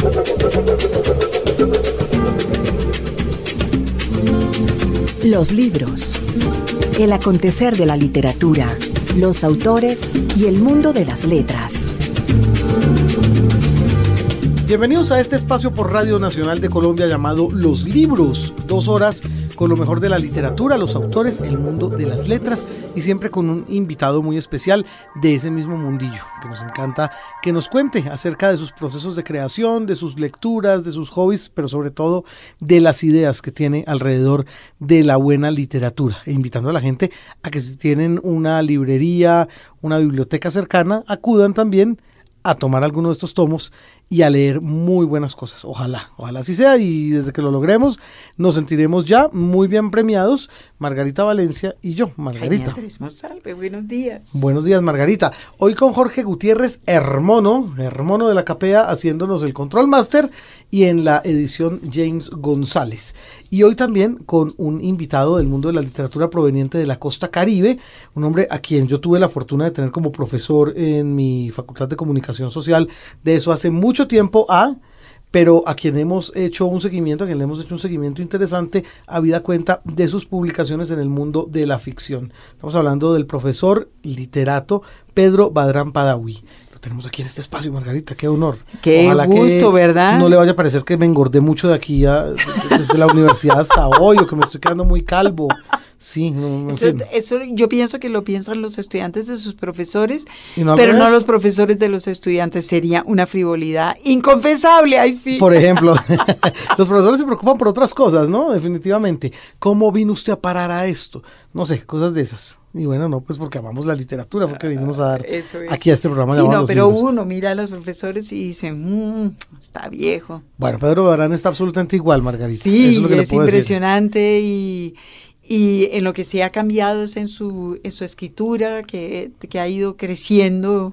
Los libros, el acontecer de la literatura, los autores y el mundo de las letras. Bienvenidos a este espacio por Radio Nacional de Colombia llamado Los Libros. 2 horas con lo mejor de la literatura, los autores, el mundo de las letras y siempre con un invitado muy especial de ese mismo mundillo que nos encanta que nos cuente acerca de sus procesos de creación, de sus lecturas, de sus hobbies, pero sobre todo de las ideas que tiene alrededor de la buena literatura, e invitando a la gente a que si tienen una librería, una biblioteca cercana, acudan también a tomar alguno de estos tomos y a leer muy buenas cosas. Ojalá así sea, y desde que lo logremos nos sentiremos ya muy bien premiados, Margarita Valencia y yo. Margarita. Salve, buenos días. Buenos días, Margarita. Hoy con Jorge Gutiérrez Hermono de la Capea, haciéndonos el Control Master, y en la edición James González. Y hoy también con un invitado del mundo de la literatura proveniente de la costa Caribe, un hombre a quien yo tuve la fortuna de tener como profesor en mi Facultad de Comunicación Social, de eso hace mucho tiempo, pero a quien hemos hecho un seguimiento, interesante, habida cuenta de sus publicaciones en el mundo de la ficción. Estamos hablando del profesor literato Pedro Badrán Padawi. Lo tenemos aquí en este espacio, Margarita, qué honor. Qué Ojalá gusto, ¿verdad? No le vaya a parecer que me engordé mucho de aquí desde la universidad hasta hoy, o que me estoy quedando muy calvo. Sí, eso yo pienso que lo piensan los estudiantes de sus profesores, pero no los profesores de los estudiantes. Sería una frivolidad inconfesable, ay sí. Por ejemplo, los profesores se preocupan por otras cosas, ¿no? Definitivamente. ¿Cómo vino usted a parar a esto? No sé, cosas de esas. Y bueno, no, pues porque amamos la literatura, fue que vinimos a dar aquí a este programa. Sí, no, pero uno mira a los profesores y dice, está viejo. Bueno, Pedro Badrán está absolutamente igual, Margarita. Sí, eso es lo que le puedo impresionante decir. Y en lo que sí ha cambiado es en su escritura, que ha ido creciendo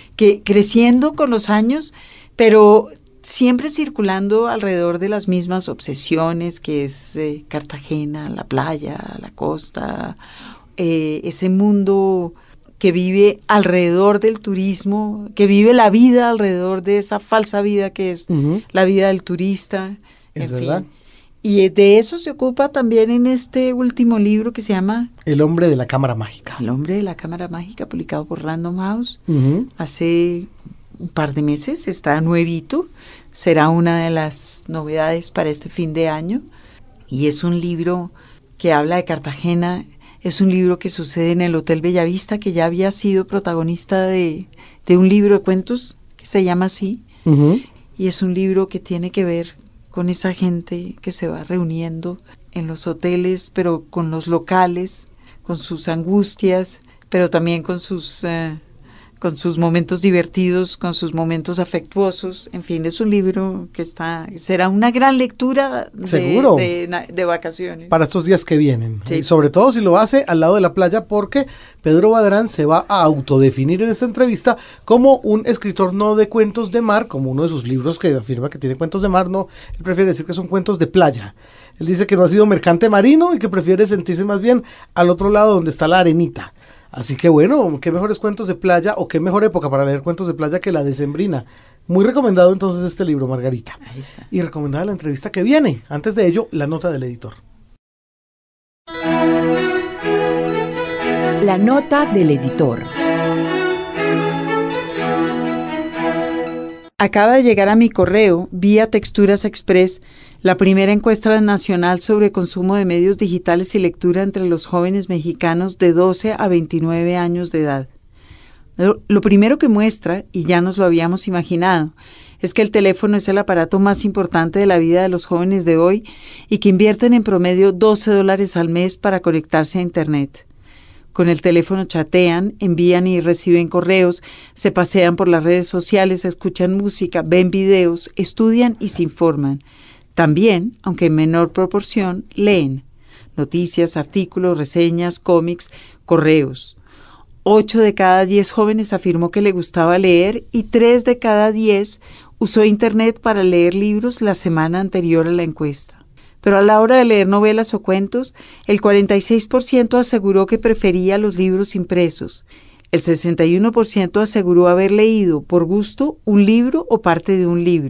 con los años, pero siempre circulando alrededor de las mismas obsesiones, que es Cartagena, la playa, la costa, ese mundo que vive alrededor del turismo, que vive la vida alrededor de esa falsa vida que es la vida del turista, en fin. Y de eso se ocupa también en este último libro que se llama El hombre de la cámara mágica. El hombre de la cámara mágica, publicado por Random House hace un par de meses, está nuevito, será una de las novedades para este fin de año, y es un libro que habla de Cartagena, es un libro que sucede en el Hotel Bellavista, que ya había sido protagonista de un libro de cuentos que se llama así, y es un libro que tiene que ver con esa gente que se va reuniendo en los hoteles, pero con los locales, con sus angustias, pero también con sus momentos divertidos, con sus momentos afectuosos. En fin, es un libro que será una gran lectura de vacaciones. Para estos días que vienen. Sí. Y sobre todo si lo hace al lado de la playa, porque Pedro Badrán se va a autodefinir en esta entrevista como un escritor no de cuentos de mar, como uno de sus libros que afirma que tiene cuentos de mar. No, él prefiere decir que son cuentos de playa. Él dice que no ha sido mercante marino y que prefiere sentirse más bien al otro lado donde está la arenita. Así que bueno, qué mejores cuentos de playa, o qué mejor época para leer cuentos de playa que la decembrina. Muy recomendado entonces este libro, Margarita. Ahí está. Y recomendada la entrevista que viene. Antes de ello, la nota del editor. La nota del editor. Acaba de llegar a mi correo, vía Texturas Express, la primera encuesta nacional sobre consumo de medios digitales y lectura entre los jóvenes mexicanos de 12 a 29 años de edad. Lo primero que muestra, y ya nos lo habíamos imaginado, es que el teléfono es el aparato más importante de la vida de los jóvenes de hoy y que invierten en promedio $12 al mes para conectarse a Internet. Con el teléfono chatean, envían y reciben correos, se pasean por las redes sociales, escuchan música, ven videos, estudian y se informan. También, aunque en menor proporción, leen noticias, artículos, reseñas, cómics, correos. 8 de cada 10 jóvenes afirmó que le gustaba leer y 3 de cada 10 usó Internet para leer libros la semana anterior a la encuesta. Pero a la hora de leer novelas o cuentos, el 46% aseguró que prefería los libros impresos. El 61% aseguró haber leído por gusto un libro o parte de un libro.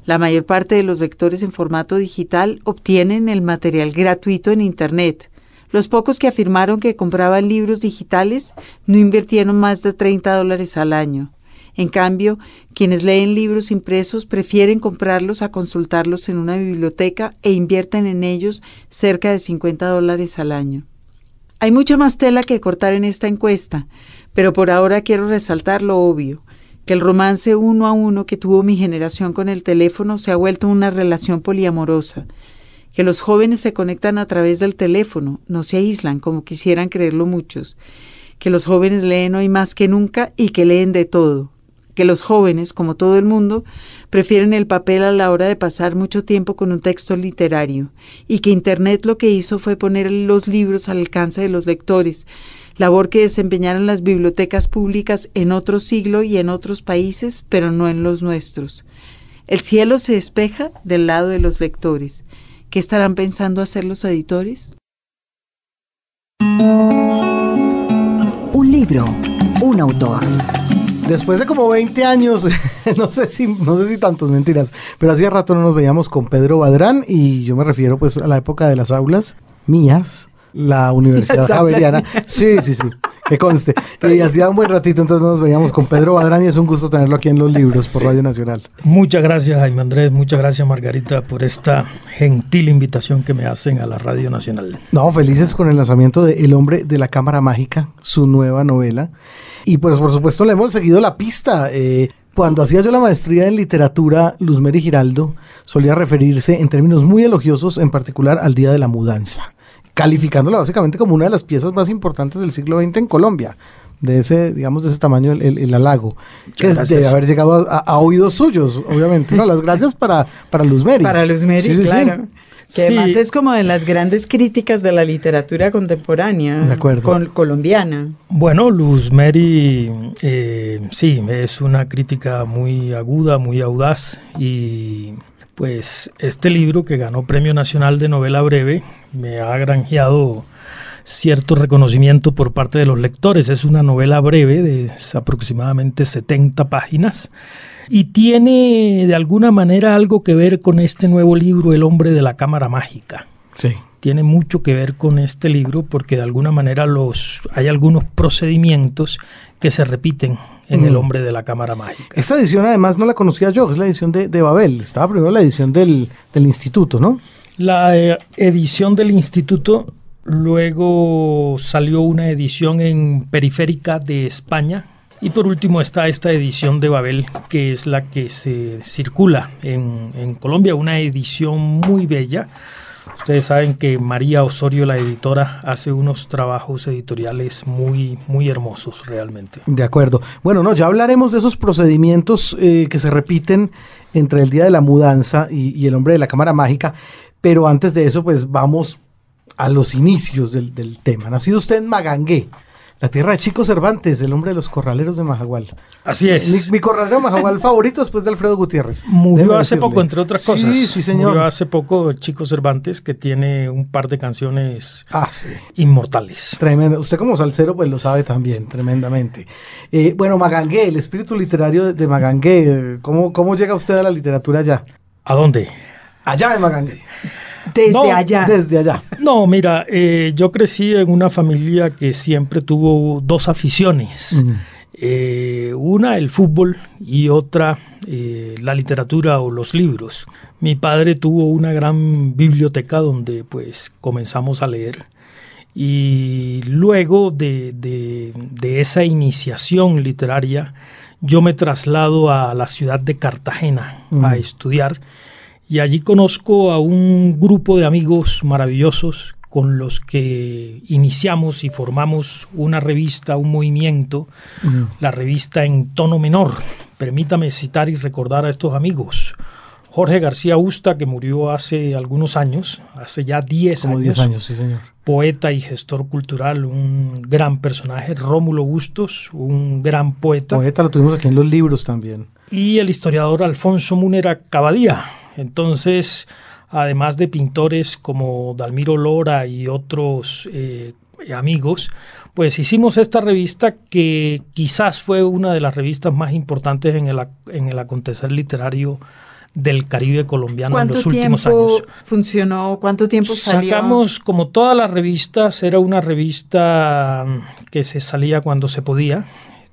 La mayor parte de los lectores en formato digital obtienen el material gratuito en Internet. Los pocos que afirmaron que compraban libros digitales no invirtieron más de $30 al año. En cambio, quienes leen libros impresos prefieren comprarlos a consultarlos en una biblioteca e invierten en ellos cerca de $50 al año. Hay mucha más tela que cortar en esta encuesta, pero por ahora quiero resaltar lo obvio, que el romance uno a uno que tuvo mi generación con el teléfono se ha vuelto una relación poliamorosa, que los jóvenes se conectan a través del teléfono, no se aíslan como quisieran creerlo muchos, que los jóvenes leen hoy más que nunca y que leen de todo, que los jóvenes, como todo el mundo, prefieren el papel a la hora de pasar mucho tiempo con un texto literario, y que Internet lo que hizo fue poner los libros al alcance de los lectores, labor que desempeñaron las bibliotecas públicas en otro siglo y en otros países, pero no en los nuestros. El cielo se despeja del lado de los lectores. ¿Qué estarán pensando hacer los editores? Un libro, un autor. Después de como 20 años, no sé si tantos, mentiras, pero hacía rato no nos veíamos con Pedro Badrán, y yo me refiero pues a la época de las aulas mías, la Universidad Javeriana. Sí, que conste. Y hacía un buen ratito, entonces nos veíamos con Pedro Badrán, y es un gusto tenerlo aquí en Los Libros por Radio Nacional. Muchas gracias, Jaime Andrés, muchas gracias, Margarita, por esta gentil invitación que me hacen a la Radio Nacional. No, felices con el lanzamiento de El hombre de la cámara mágica, su nueva novela. Y pues por supuesto le hemos seguido la pista. Cuando hacía yo la maestría en literatura, Luz Mary Giraldo solía referirse en términos muy elogiosos, en particular al Día de la Mudanza, calificándola básicamente como una de las piezas más importantes del siglo XX en Colombia, de ese tamaño, el halago, que debe haber llegado a oídos suyos, obviamente. No, las gracias para Luz Mary. Para Luz Mary, sí, claro. Sí. Que sí. además es como de las grandes críticas de la literatura contemporánea, de acuerdo, colombiana. Bueno, Luz Mary, sí, es una crítica muy aguda, muy audaz, y pues este libro que ganó Premio Nacional de Novela Breve me ha granjeado cierto reconocimiento por parte de los lectores. Es una novela breve de aproximadamente 70 páginas y tiene de alguna manera algo que ver con este nuevo libro, El hombre de la cámara mágica. Sí. Tiene mucho que ver con este libro porque de alguna manera hay algunos procedimientos que se repiten en El hombre de la cámara mágica. Esta edición además no la conocía yo, es la edición de Babel. Estaba primero la edición del Instituto, ¿no? La edición del Instituto, luego salió una edición en Periférica de España, y por último está esta edición de Babel, que es la que se circula en Colombia, una edición muy bella. Ustedes saben que María Osorio, la editora, hace unos trabajos editoriales muy, muy hermosos realmente. De acuerdo. Bueno, no, ya hablaremos de esos procedimientos que se repiten entre el Día de la Mudanza y El hombre de la cámara mágica, pero antes de eso, pues vamos a los inicios del tema. Nacido usted en Magangué, la tierra de Chico Cervantes, el hombre de los corraleros de Majagual. Así es. Mi corralero de Majagual favorito después de Alfredo Gutiérrez. Murió hace poco, entre otras cosas. Sí, señor. Murió hace poco Chico Cervantes, que tiene un par de canciones sí, inmortales. Tremendo. Usted como salsero pues lo sabe también, tremendamente. Bueno, Magangué, el espíritu literario de Magangué. ¿Cómo llega usted a la literatura allá? ¿A dónde? Allá en Magangué. Desde allá. No, mira, yo crecí en una familia que siempre tuvo dos aficiones. Una, el fútbol, y otra, la literatura o los libros. Mi padre tuvo una gran biblioteca donde pues comenzamos a leer. Y luego de esa iniciación literaria, yo me traslado a la ciudad de Cartagena a estudiar. Y allí conozco a un grupo de amigos maravillosos con los que iniciamos y formamos una revista, un movimiento, la revista En Tono Menor. Permítame citar y recordar a estos amigos. Jorge García Usta, que murió hace algunos años, hace ya 10 años. 10 años, sí señor. Poeta y gestor cultural, un gran personaje. Rómulo Bustos, un gran poeta. Poeta lo tuvimos aquí en Los Libros también. Y el historiador Alfonso Múnera Cavadía. Entonces, además de pintores como Dalmiro Lora y otros amigos, pues hicimos esta revista que quizás fue una de las revistas más importantes en el acontecer literario del Caribe colombiano en los últimos años. ¿Cuánto tiempo funcionó? ¿Cuánto tiempo salió? Sacamos, como todas las revistas, era una revista que se salía cuando se podía.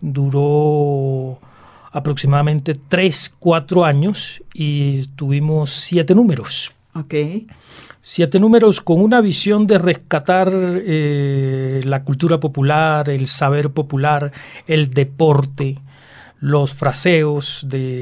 Duró aproximadamente 3-4 años y tuvimos 7 números. Ok. 7 números con una visión de rescatar la cultura popular, el saber popular, el deporte, los fraseos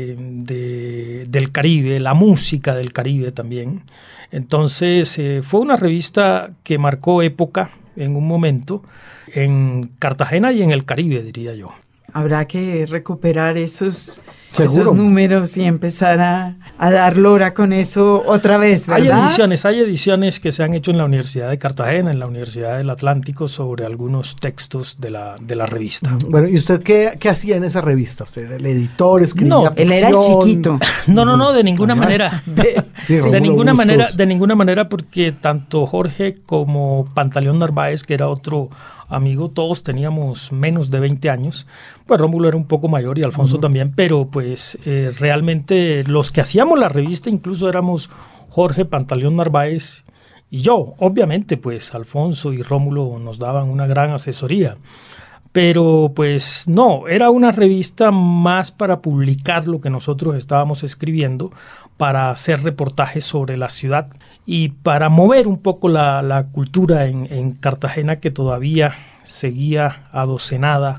del Caribe, la música del Caribe también. Entonces fue una revista que marcó época en un momento en Cartagena y en el Caribe, diría yo. Habrá que recuperar esos números y empezar a dar lora con eso otra vez, ¿verdad? Hay ediciones que se han hecho en la Universidad de Cartagena, en la Universidad del Atlántico, sobre algunos textos de la revista. Bueno, ¿y usted qué hacía en esa revista? ¿Usted era el editor, escribía ficción? Él era el chiquito. No, de ninguna manera. De ninguna manera, porque tanto Jorge como Pantaleón Narváez, que era otro amigo, todos teníamos menos de 20 años. Pues Rómulo era un poco mayor y Alfonso también, pero pues realmente los que hacíamos la revista incluso éramos Jorge, Pantaleón Narváez y yo. Obviamente pues Alfonso y Rómulo nos daban una gran asesoría, pero pues no, era una revista más para publicar lo que nosotros estábamos escribiendo, para hacer reportajes sobre la ciudad y para mover un poco la cultura en Cartagena, que todavía seguía adocenada,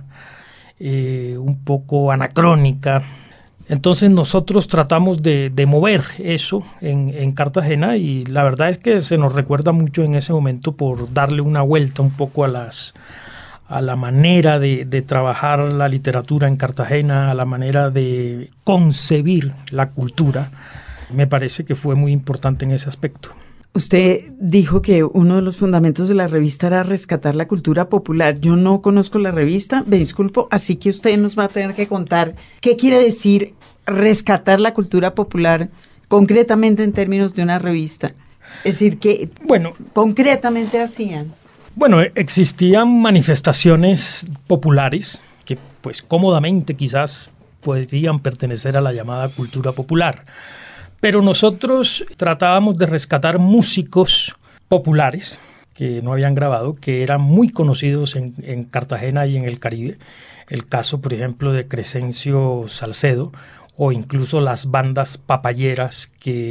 un poco anacrónica. Entonces nosotros tratamos de mover eso en Cartagena, y la verdad es que se nos recuerda mucho en ese momento por darle una vuelta un poco a la manera de trabajar la literatura en Cartagena, a la manera de concebir la cultura. Me parece que fue muy importante en ese aspecto. Usted dijo que uno de los fundamentos de la revista era rescatar la cultura popular. Yo no conozco la revista, me disculpo, así que usted nos va a tener que contar qué quiere decir rescatar la cultura popular concretamente en términos de una revista. Es decir, que concretamente hacían. Bueno, existían manifestaciones populares que pues cómodamente quizás podrían pertenecer a la llamada cultura popular. Pero nosotros tratábamos de rescatar músicos populares que no habían grabado, que eran muy conocidos en Cartagena y en el Caribe. El caso, por ejemplo, de Crescencio Salcedo, o incluso las bandas papayeras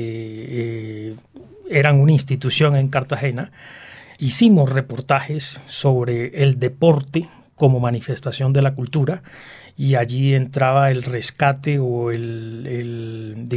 que eran una institución en Cartagena. Hicimos reportajes sobre el deporte como manifestación de la cultura, y allí entraba el rescate o el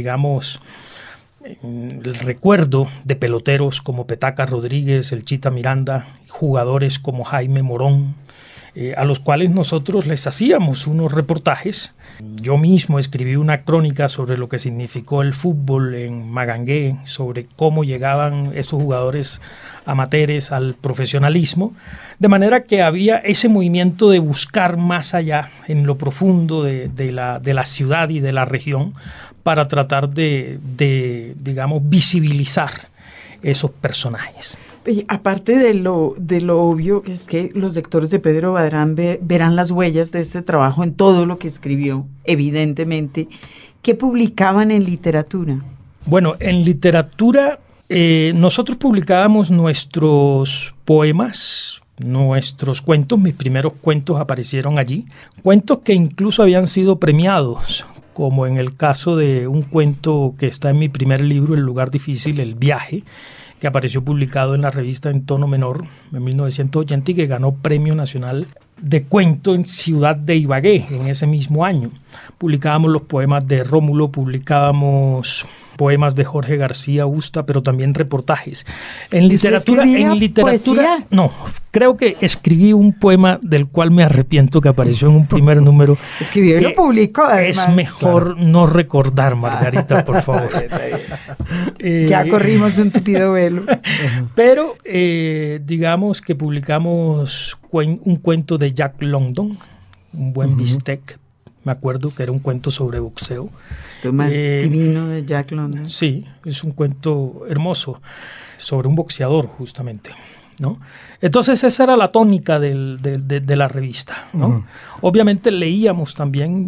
recuerdo de peloteros como Petaca Rodríguez, el Chita Miranda, jugadores como Jaime Morón, a los cuales nosotros les hacíamos unos reportajes. Yo mismo escribí una crónica sobre lo que significó el fútbol en Magangué, sobre cómo llegaban esos jugadores amateurs al profesionalismo, de manera que había ese movimiento de buscar más allá, en lo profundo de la ciudad y de la región, para tratar de visibilizar esos personajes. Y aparte de lo obvio, que es que los lectores de Pedro Badrán verán las huellas de este trabajo en todo lo que escribió, evidentemente. ¿Qué publicaban en literatura? Bueno, en literatura nosotros publicábamos nuestros poemas, nuestros cuentos. Mis primeros cuentos aparecieron allí, cuentos que incluso habían sido premiados, como en el caso de un cuento que está en mi primer libro, El lugar difícil, El viaje, que apareció publicado en la revista En Tono Menor en 1980 y que ganó Premio Nacional de Cuento en Ciudad de Ibagué en ese mismo año. Publicábamos los poemas de Rómulo, publicábamos poemas de Jorge García Usta, pero también reportajes. En literatura, ¿poesía? No, creo que escribí un poema del cual me arrepiento, que apareció en un primer número. Escribió y lo publicó, además. Es mejor no recordar, Margarita, por favor. Ya corrimos un tupido velo. Pero digamos que publicamos un cuento de Jack London, Un buen bistec. Me acuerdo que era un cuento sobre boxeo. Lo más divino de Jack London. Sí, es un cuento hermoso sobre un boxeador, justamente, ¿no? Entonces esa era la tónica de la revista, ¿no? Obviamente leíamos también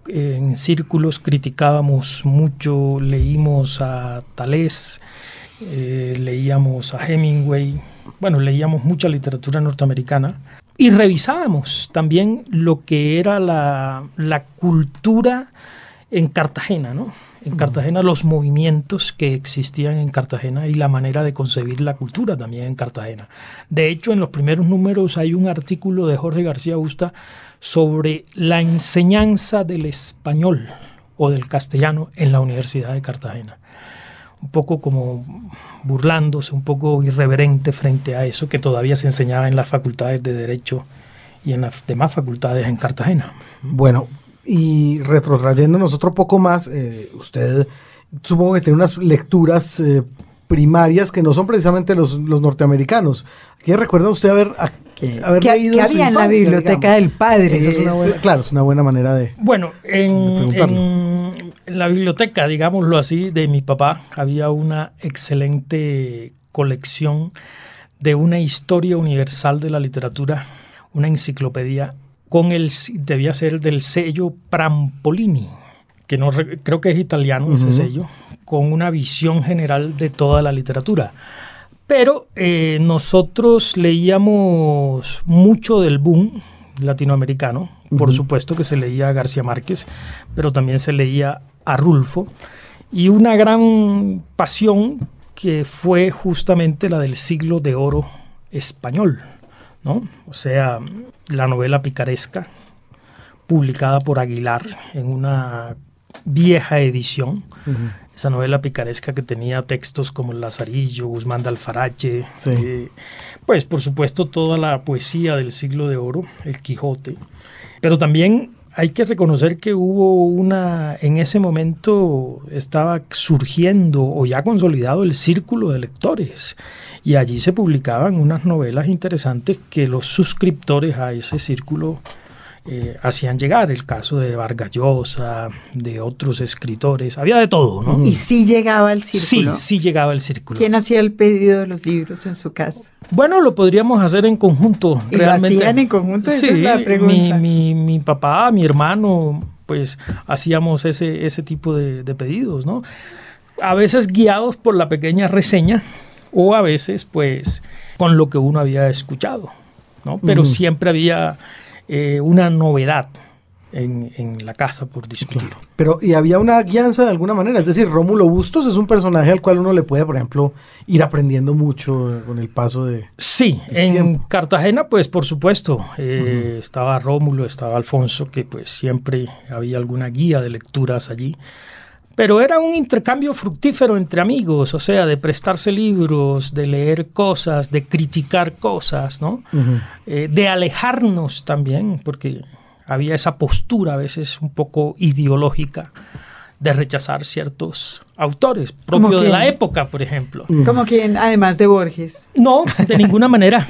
en círculos criticábamos mucho, leímos a Talés, leíamos a Hemingway, bueno, leíamos mucha literatura norteamericana y revisábamos también lo que era la cultura en Cartagena, ¿no? En Cartagena, los movimientos que existían en Cartagena y la manera de concebir la cultura también en Cartagena. De hecho, en los primeros números hay un artículo de Jorge García Busta sobre la enseñanza del español o del castellano en la Universidad de Cartagena. Un poco como burlándose, un poco irreverente frente a eso que todavía se enseñaba en las facultades de Derecho y en las demás facultades en Cartagena. Bueno, y retrotrayéndonos otro poco más, usted supongo que tiene unas lecturas primarias que no son precisamente los norteamericanos. ¿Qué recuerda usted haber leído que había en la biblioteca del padre? Esa es una buena, claro, es una buena manera de Bueno, en la biblioteca, digámoslo así, de mi papá había una excelente colección de una historia universal de la literatura, una enciclopedia debía ser del sello Prampolini, que no creo que es italiano ese sello, con una visión general de toda la literatura. Pero nosotros leíamos mucho del boom latinoamericano, por supuesto que se leía a García Márquez, pero también se leía a Rulfo, y una gran pasión que fue justamente la del siglo de oro español, ¿no? O sea, la novela picaresca, publicada por Aguilar en una vieja edición, esa novela picaresca que tenía textos como El Lazarillo, Guzmán de Alfarache, pues por supuesto toda la poesía del siglo de oro, El Quijote, pero también hay que reconocer que hubo en ese momento estaba surgiendo o ya consolidado el círculo de lectores y allí se publicaban unas novelas interesantes que los suscriptores a ese círculo hacían llegar. El caso de Vargas Llosa, de otros escritores, había de todo, ¿no? ¿Y sí llegaba el círculo? Sí llegaba el círculo. ¿Quién hacía el pedido de los libros en su casa? Bueno, lo podríamos hacer en conjunto. ¿Y realmente lo hacían en conjunto? Esa es la pregunta. Mi papá, mi hermano, pues hacíamos ese tipo de pedidos, ¿no? A veces guiados por la pequeña reseña o a veces pues con lo que uno había escuchado, ¿no? Pero siempre había una novedad en la casa por discutir. Claro. Pero, ¿y había una guianza de alguna manera? Es decir, Rómulo Bustos es un personaje al cual uno le puede, por ejemplo, ir aprendiendo mucho con el paso de... Sí, en tiempo. Cartagena, pues, por supuesto, estaba Rómulo, estaba Alfonso, que pues siempre había alguna guía de lecturas allí. Pero era un intercambio fructífero entre amigos, o sea, de prestarse libros, de leer cosas, de criticar cosas, ¿no? De alejarnos también, porque había esa postura a veces un poco ideológica de rechazar ciertos autores, propio de la época, por ejemplo. ¿Como quién, además de Borges? No, de ninguna manera,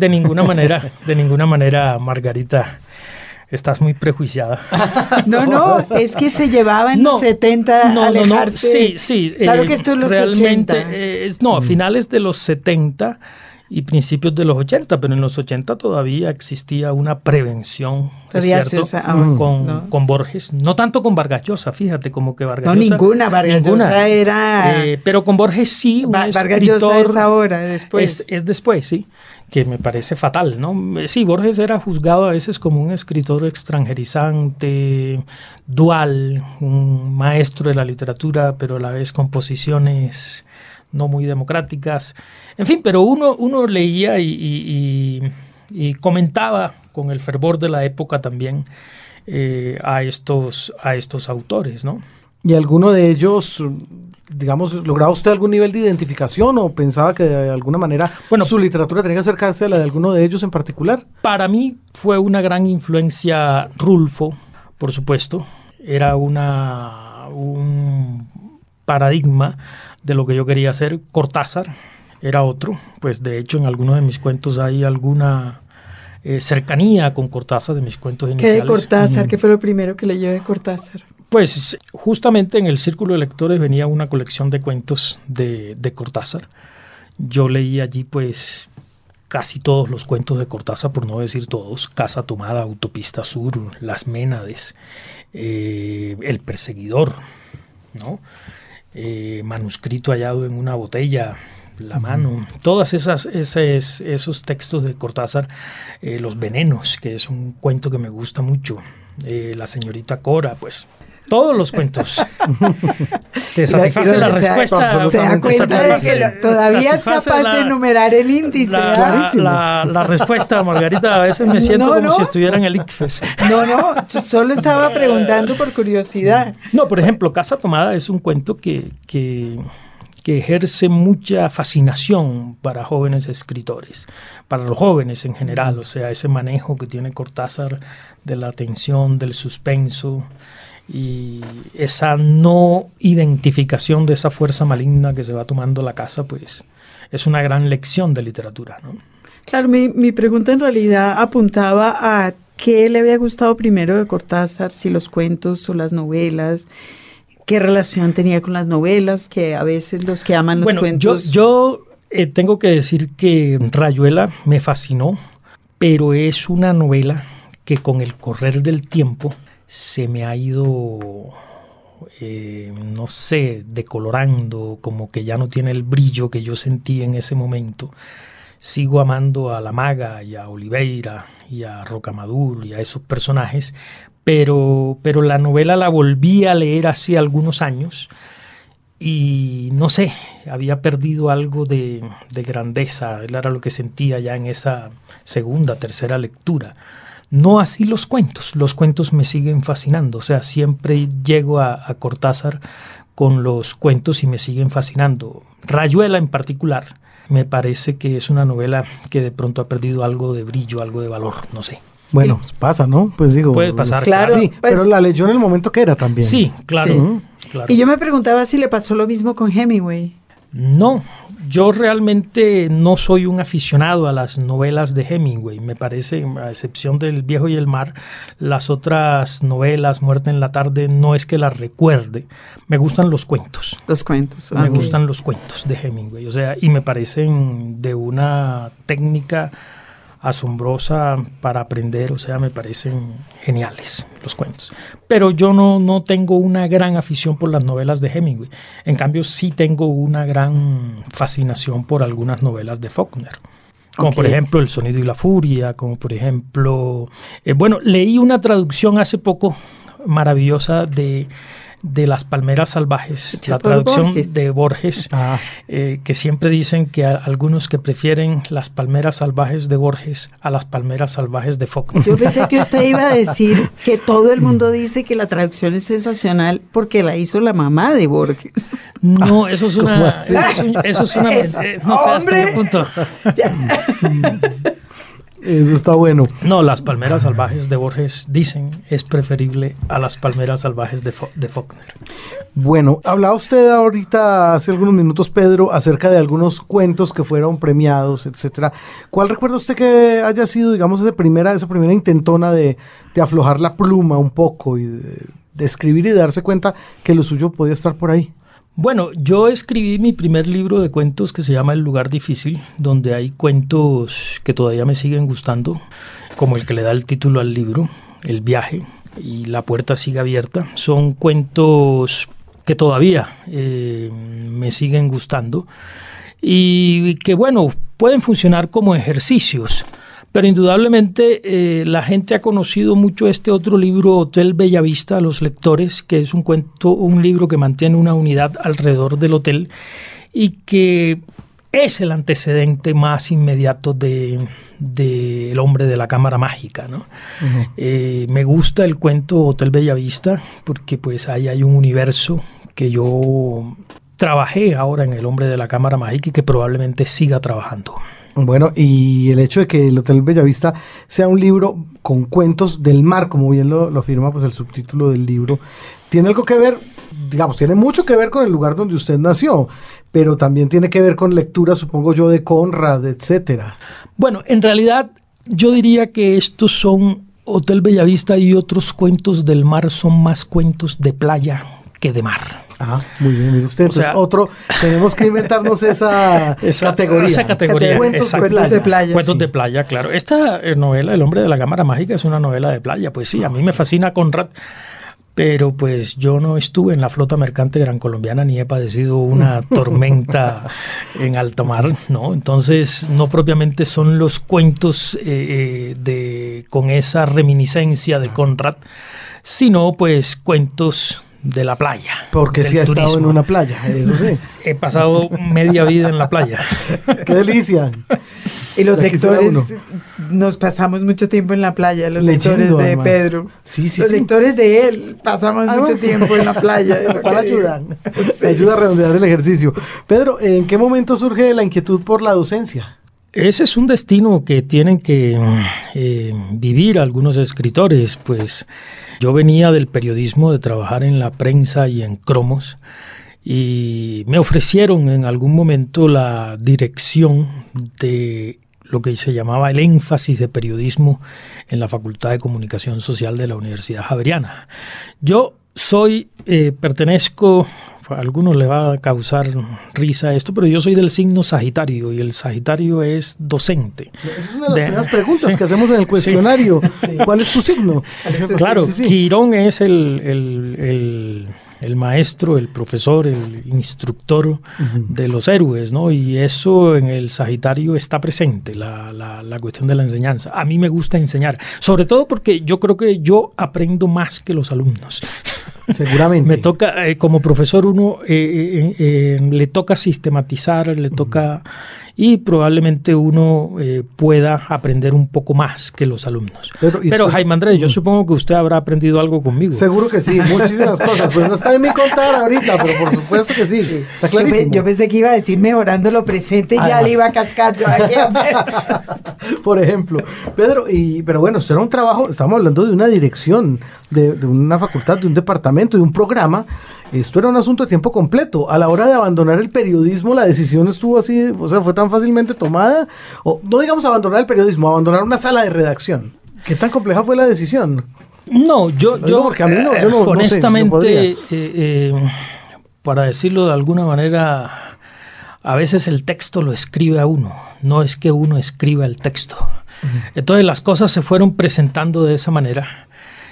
Margarita. Estás muy prejuiciada. No, es que se llevaba en los 70 a alejarse. Sí. Claro que esto es los realmente, 80. Finales de los 70 y principios de los 80, pero en los 80 todavía existía una prevención, ¿cierto? Con Borges. No tanto con Vargas Llosa, fíjate, como que Vargas Llosa... Ninguna. Vargas Llosa era... pero con Borges sí, Vargas Llosa es ahora, después. Es después, sí, que me parece fatal, ¿no? Sí, Borges era juzgado a veces como un escritor extranjerizante, dual, un maestro de la literatura, pero a la vez con posiciones no muy democráticas. En fin, pero uno leía y comentaba con el fervor de la época también a estos autores, ¿no? ¿Y alguno de ellos, digamos, lograba usted algún nivel de identificación o pensaba que de alguna manera su literatura tenía que acercarse a la de alguno de ellos en particular? Para mí fue una gran influencia Rulfo, por supuesto. Era un paradigma de lo que yo quería hacer. Cortázar era otro, pues de hecho en algunos de mis cuentos hay alguna cercanía con Cortázar, de mis cuentos iniciales. ¿Qué de Cortázar? ¿Qué fue lo primero que leyó de Cortázar? Pues justamente en el Círculo de Lectores venía una colección de cuentos de Cortázar. Yo leí allí pues casi todos los cuentos de Cortázar, por no decir todos: Casa Tomada, Autopista Sur, Las Ménades, El Perseguidor, ¿no? Manuscrito hallado en una botella, La mano, todas esos textos de Cortázar, Los Venenos, que es un cuento que me gusta mucho, La Señorita Cora, pues todos los cuentos. Te satisface la respuesta. Se da cuenta de que todavía es capaz de enumerar el índice. La respuesta, Margarita, a veces me siento como si estuviera en el ICFES. No, solo estaba preguntando por curiosidad. No, por ejemplo, Casa Tomada es un cuento que ejerce mucha fascinación para jóvenes escritores, para los jóvenes en general, o sea, ese manejo que tiene Cortázar de la tensión, del suspenso, y esa no identificación de esa fuerza maligna que se va tomando la casa, pues es una gran lección de literatura, ¿no? Claro, mi pregunta en realidad apuntaba a qué le había gustado primero de Cortázar, si los cuentos o las novelas. ¿Qué relación tenía con las novelas? Que a veces los que aman los cuentos... Yo tengo que decir que Rayuela me fascinó, pero es una novela que con el correr del tiempo se me ha ido, no sé, decolorando, como que ya no tiene el brillo que yo sentí en ese momento. Sigo amando a La Maga y a Oliveira y a Rocamadour y a esos personajes, pero la novela la volví a leer hace algunos años y no sé, había perdido algo de grandeza, era lo que sentía ya en esa segunda, tercera lectura. No así los cuentos me siguen fascinando, o sea, siempre llego a Cortázar con los cuentos y me siguen fascinando. Rayuela en particular me parece que es una novela que de pronto ha perdido algo de brillo, algo de valor, no sé. Bueno, pasa, ¿no? Pues digo... Puede pasar, claro. Sí, pues, pero la leyó en el momento que era también. Sí, claro, sí. claro. Y yo me preguntaba si le pasó lo mismo con Hemingway. No, yo realmente no soy un aficionado a las novelas de Hemingway. Me parece, a excepción del Viejo y el Mar, las otras novelas, Muerte en la tarde, no es que las recuerde. Me gustan los cuentos. Los cuentos. Me gustan los cuentos de Hemingway. O sea, y me parecen de una técnica asombrosa para aprender, o sea, me parecen geniales los cuentos. Pero yo no tengo una gran afición por las novelas de Hemingway. En cambio, sí tengo una gran fascinación por algunas novelas de Faulkner. Como por ejemplo El sonido y la furia, como por ejemplo... leí una traducción hace poco maravillosa de Las palmeras salvajes, la traducción Borges. De Borges, que siempre dicen que algunos que prefieren Las palmeras salvajes de Borges a Las palmeras salvajes de Faulkner. Yo pensé que usted iba a decir que todo el mundo dice que la traducción es sensacional porque la hizo la mamá de Borges. No, eso es una... Eso es una... no sé hasta qué punto. Eso está bueno. No, Las palmeras salvajes de Borges, dicen, es preferible a Las palmeras salvajes de Faulkner. Bueno, hablaba usted ahorita, hace algunos minutos, Pedro, acerca de algunos cuentos que fueron premiados, etcétera. ¿Cuál recuerda usted que haya sido, digamos, esa primera intentona de aflojar la pluma un poco y de escribir y de darse cuenta que lo suyo podía estar por ahí? Bueno, yo escribí mi primer libro de cuentos que se llama El lugar difícil, donde hay cuentos que todavía me siguen gustando, como el que le da el título al libro, El viaje y La puerta sigue abierta. Son cuentos que todavía me siguen gustando y que, bueno, pueden funcionar como ejercicios. Pero indudablemente la gente ha conocido mucho este otro libro, Hotel Bellavista, a los lectores, que es un libro que mantiene una unidad alrededor del hotel y que es el antecedente más inmediato de El hombre de la cámara mágica, ¿no? Uh-huh. Me gusta el cuento Hotel Bellavista porque pues ahí hay un universo que yo trabajé ahora en El hombre de la cámara mágica y que probablemente siga trabajando. Bueno, y el hecho de que el Hotel Bellavista sea un libro con cuentos del mar, como bien lo afirma pues el subtítulo del libro, tiene algo que ver, digamos, tiene mucho que ver con el lugar donde usted nació, pero también tiene que ver con lectura, supongo yo, de Conrad, etcétera. Bueno, en realidad yo diría que estos son Hotel Bellavista y otros cuentos del mar, son más cuentos de playa que de mar. Ah, muy bien, mire usted. Entonces, tenemos que inventarnos esa categoría. Esa categoría. Cuentos de playa. Cuentos de playa, claro. Esta novela, El hombre de la cámara mágica, es una novela de playa. Pues sí, a mí me fascina Conrad, pero pues yo no estuve en la flota mercante gran colombiana ni he padecido una tormenta en alta mar, ¿no? Entonces, no propiamente son los cuentos con esa reminiscencia de Conrad, sino pues cuentos de la playa. Porque sí ha estado en una playa, eso sí. He pasado media vida en la playa. ¡Qué delicia! Y los lectores, nos pasamos mucho tiempo en la playa, los lectores de además. Pedro. Sí, los lectores de él, pasamos mucho tiempo en la playa. ¿Cuál ayuda? Sí. Ayuda a redondear el ejercicio. Pedro, ¿en qué momento surge la inquietud por la docencia? Ese es un destino que tienen que vivir algunos escritores, pues yo venía del periodismo, de trabajar en la prensa y en cromos, y me ofrecieron en algún momento la dirección de lo que se llamaba el énfasis de periodismo en la Facultad de Comunicación Social de la Universidad Javeriana. Yo pertenezco, a algunos les va a causar risa esto, pero yo soy del signo Sagitario y el Sagitario es docente. Esa es una de las primeras preguntas que hacemos en el cuestionario. Sí. ¿Cuál es tu signo? Claro, Quirón es el maestro, el profesor, el instructor de los héroes, ¿no? Y eso en el Sagitario está presente, la cuestión de la enseñanza. A mí me gusta enseñar, sobre todo porque yo creo que yo aprendo más que los alumnos. Seguramente. Me toca, como profesor, uno le toca sistematizar, le toca... Y probablemente uno pueda aprender un poco más que los alumnos. Pero Jaime Andrés, yo supongo que usted habrá aprendido algo conmigo. Seguro que sí, muchísimas cosas. Pues no está en mi contar ahorita, pero por supuesto que sí. Está clarísimo. Yo pensé que iba a decir mejorando lo presente y ya le iba a cascar yo aquí. Por ejemplo. Pedro, pero bueno, esto era un trabajo, estamos hablando de una dirección, de una facultad, de un departamento, de un programa. Esto era un asunto de tiempo completo. A la hora de abandonar el periodismo, la decisión estuvo así, o sea, fue tan fácilmente tomada, o no digamos abandonar el periodismo, abandonar una sala de redacción. ¿Qué tan compleja fue la decisión? No, yo porque a mí yo no honestamente, para decirlo de alguna manera, a veces el texto lo escribe a uno, no es que uno escriba el texto. Entonces las cosas se fueron presentando de esa manera.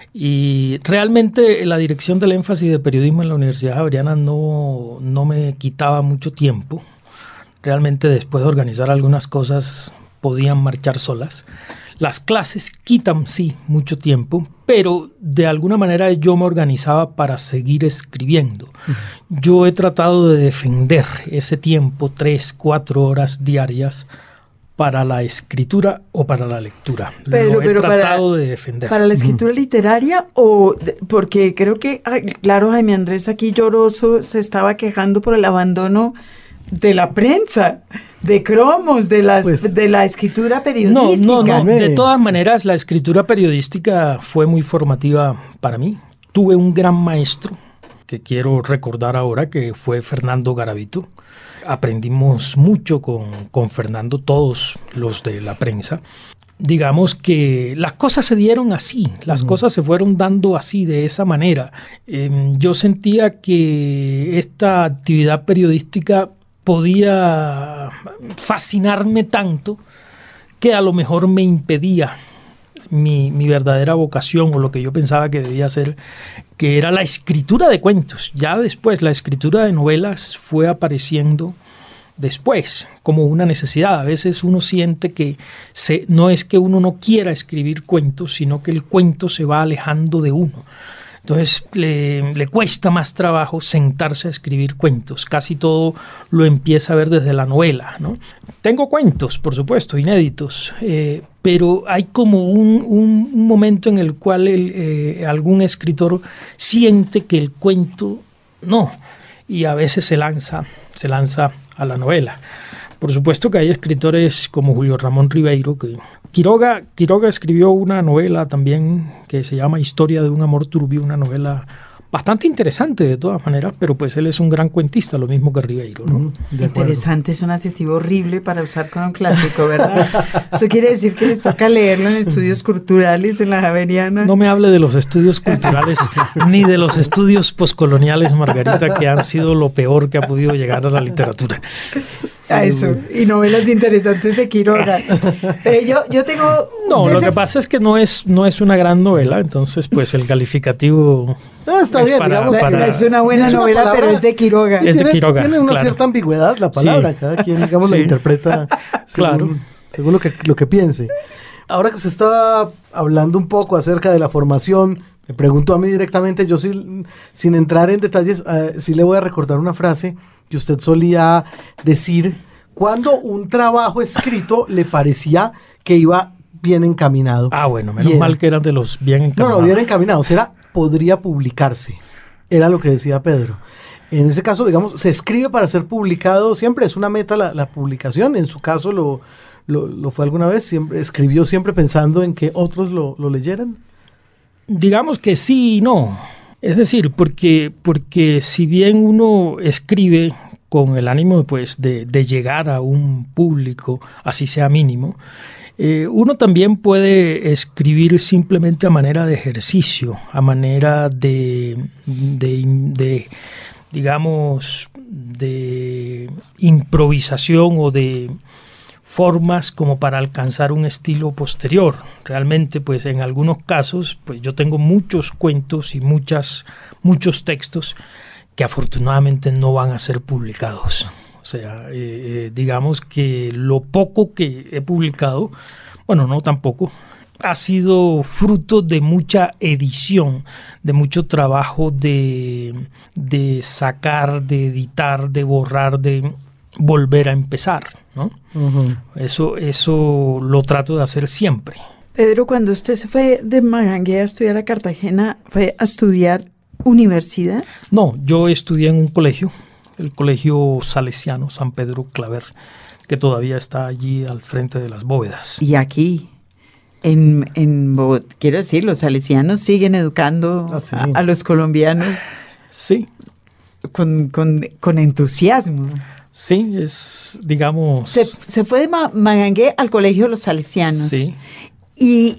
Y realmente la dirección del énfasis de periodismo en la Universidad Javeriana no me quitaba mucho tiempo. Realmente después de organizar algunas cosas podían marchar solas. Las clases quitan, sí, mucho tiempo, pero de alguna manera yo me organizaba para seguir escribiendo. Yo he tratado de defender ese tiempo, 3-4 horas diarias, para la escritura o para la lectura. Lo he tratado de defender. ¿Para la escritura literaria porque creo que, claro, Jaime Andrés aquí lloroso se estaba quejando por el abandono de la prensa, de cromos, de la escritura periodística? No. De todas maneras, la escritura periodística fue muy formativa para mí. Tuve un gran maestro que quiero recordar ahora, que fue Fernando Garavito. Aprendimos mucho con Fernando, todos los de la prensa. Digamos que las cosas se dieron así, las cosas se fueron dando así, de esa manera. Yo sentía que esta actividad periodística podía fascinarme tanto que a lo mejor me impedía mi verdadera vocación o lo que yo pensaba que debía hacer, que era la escritura de cuentos. Ya después la escritura de novelas fue apareciendo después como una necesidad. A veces uno siente que no es que uno no quiera escribir cuentos, sino que el cuento se va alejando de uno. Entonces le cuesta más trabajo sentarse a escribir cuentos. Casi todo lo empieza a ver desde la novela, ¿no? Tengo cuentos, por supuesto, inéditos, pero hay como un momento en el cual algún escritor siente que el cuento no, y a veces se lanza a la novela. Por supuesto que hay escritores como Julio Ramón Ribeiro, que Quiroga escribió una novela también que se llama Historia de un amor turbio, una novela bastante interesante de todas maneras, pero pues él es un gran cuentista, lo mismo que Ribeiro, ¿no? Interesante es un adjetivo horrible para usar con un clásico, ¿verdad? Eso quiere decir que les toca leerlo en estudios culturales en la Javeriana. No me hable de los estudios culturales ni de los estudios poscoloniales, Margarita, que han sido lo peor que ha podido llegar a la literatura. A eso, y novelas interesantes de Quiroga. Pero yo tengo... No, lo que pasa es que no es una gran novela, entonces pues el calificativo... No, está bien, digamos. Es una buena novela, pero es de Quiroga. Es de Quiroga, tiene una claro. cierta ambigüedad la palabra, sí. Cada quien, digamos, la interpreta según lo que piense. Ahora que usted estaba hablando un poco acerca de la formación, me preguntó a mí directamente, yo sí, sin entrar en detalles, sí le voy a recordar una frase que usted solía decir cuando un trabajo escrito le parecía que iba bien encaminado. Ah, bueno, menos mal que eran de los bien encaminados. No, bien encaminados, podría publicarse, era lo que decía Pedro. En ese caso, digamos, se escribe para ser publicado siempre, es una meta la publicación, en su caso lo fue alguna vez, escribió siempre pensando en que otros lo leyeran. Digamos que sí y no. Es decir, porque si bien uno escribe con el ánimo pues, de llegar a un público, así sea mínimo, uno también puede escribir simplemente a manera de ejercicio, a manera de digamos, de improvisación o de formas como para alcanzar un estilo posterior. Realmente, pues en algunos casos, pues yo tengo muchos cuentos y muchos textos que afortunadamente no van a ser publicados. O sea, digamos que lo poco que he publicado, bueno, no tampoco, ha sido fruto de mucha edición, de mucho trabajo de sacar, de editar, de borrar, de volver a empezar, ¿no? Uh-huh. Eso lo trato de hacer siempre. Pedro, cuando usted se fue de Magangué a estudiar a Cartagena, ¿fue a estudiar universidad? No, yo estudié en un colegio, el Colegio Salesiano San Pedro Claver, que todavía está allí al frente de las bóvedas. Y aquí, quiero decir, los salesianos siguen educando a los colombianos. Sí. Con entusiasmo. Sí, es, digamos... Se fue de Magangué al Colegio de los Salesianos. Sí. Y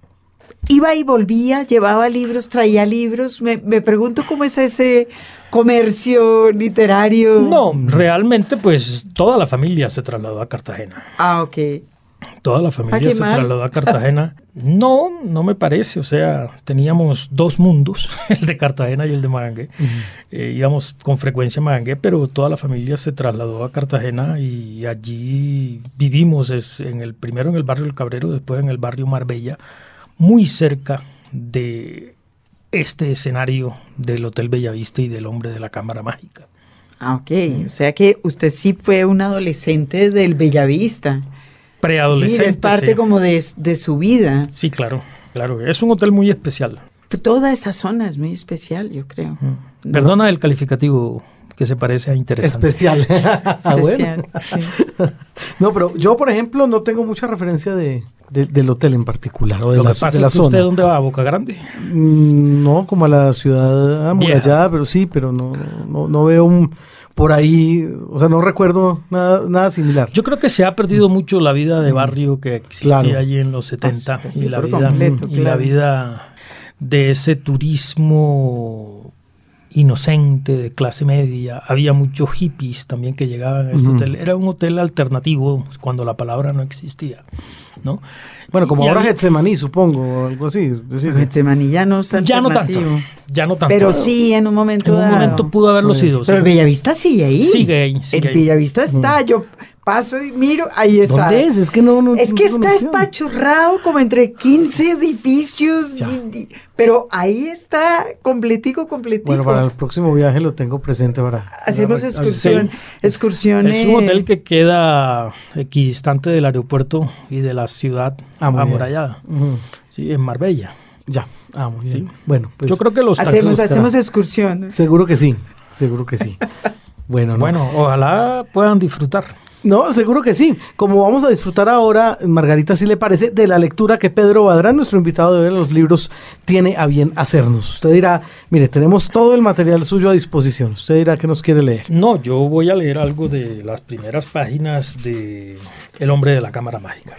iba y volvía, llevaba libros, traía libros. Me pregunto cómo es ese comercio literario. No, realmente pues toda la familia se trasladó a Cartagena. Ah, ok. Toda la familia se trasladó a Cartagena. No me parece. O sea, teníamos dos mundos, el de Cartagena y el de Magangué. Uh-huh. Íbamos con frecuencia a Magangué, pero toda la familia se trasladó a Cartagena y allí vivimos primero en el barrio El Cabrero, después en el barrio Marbella, muy cerca de este escenario del Hotel Bellavista y del Hombre de la Cámara Mágica. Ah, ok. O sea que usted sí fue un adolescente del Bellavista. Preadolescente. Sí, es parte como de su vida. Sí, claro. Es un hotel muy especial. Toda esa zona es muy especial, yo creo. ¿No? Perdona el calificativo que se parece a interesante. Especial. Especial, sí. No, pero yo, por ejemplo, no tengo mucha referencia del hotel en particular o de la zona. ¿Usted dónde va? ¿A Boca Grande? No, como a la ciudad amurallada, pero no veo por ahí, o sea, no recuerdo nada similar. Yo creo que se ha perdido mucho la vida de barrio que existía allí en los 70 la vida de ese turismo inocente de clase media. Había muchos hippies también que llegaban a este hotel. Era un hotel alternativo cuando la palabra no existía, ¿no? Bueno, como ahora Getsemaní, supongo, o algo así. Es decir, Getsemaní ya no es alternativo. Ya no tanto. Pero sí, en un momento dado. En un momento pudo haberlo sido. Pero el Bellavista sigue ahí. Sigue ahí. El Bellavista está, yo paso y miro, ahí está. ¿Dónde es? Es que es que está espachurrado como entre 15 edificios, pero ahí está completico. Bueno, para el próximo viaje lo tengo presente hacemos excursiones. Es un hotel que queda equidistante del aeropuerto y de la ciudad amurallada. Uh-huh. Sí, en Marbella. Ya. Muy bien. Bueno, pues yo creo que hacemos excursiones. Seguro que sí. Bueno, ojalá puedan disfrutar. No, seguro que sí. Como vamos a disfrutar ahora, Margarita, si le parece, de la lectura que Pedro Badrán, nuestro invitado de hoy en los libros, tiene a bien hacernos. Usted dirá, mire, tenemos todo el material suyo a disposición. Usted dirá qué nos quiere leer. No, yo voy a leer algo de las primeras páginas de El hombre de la cámara mágica.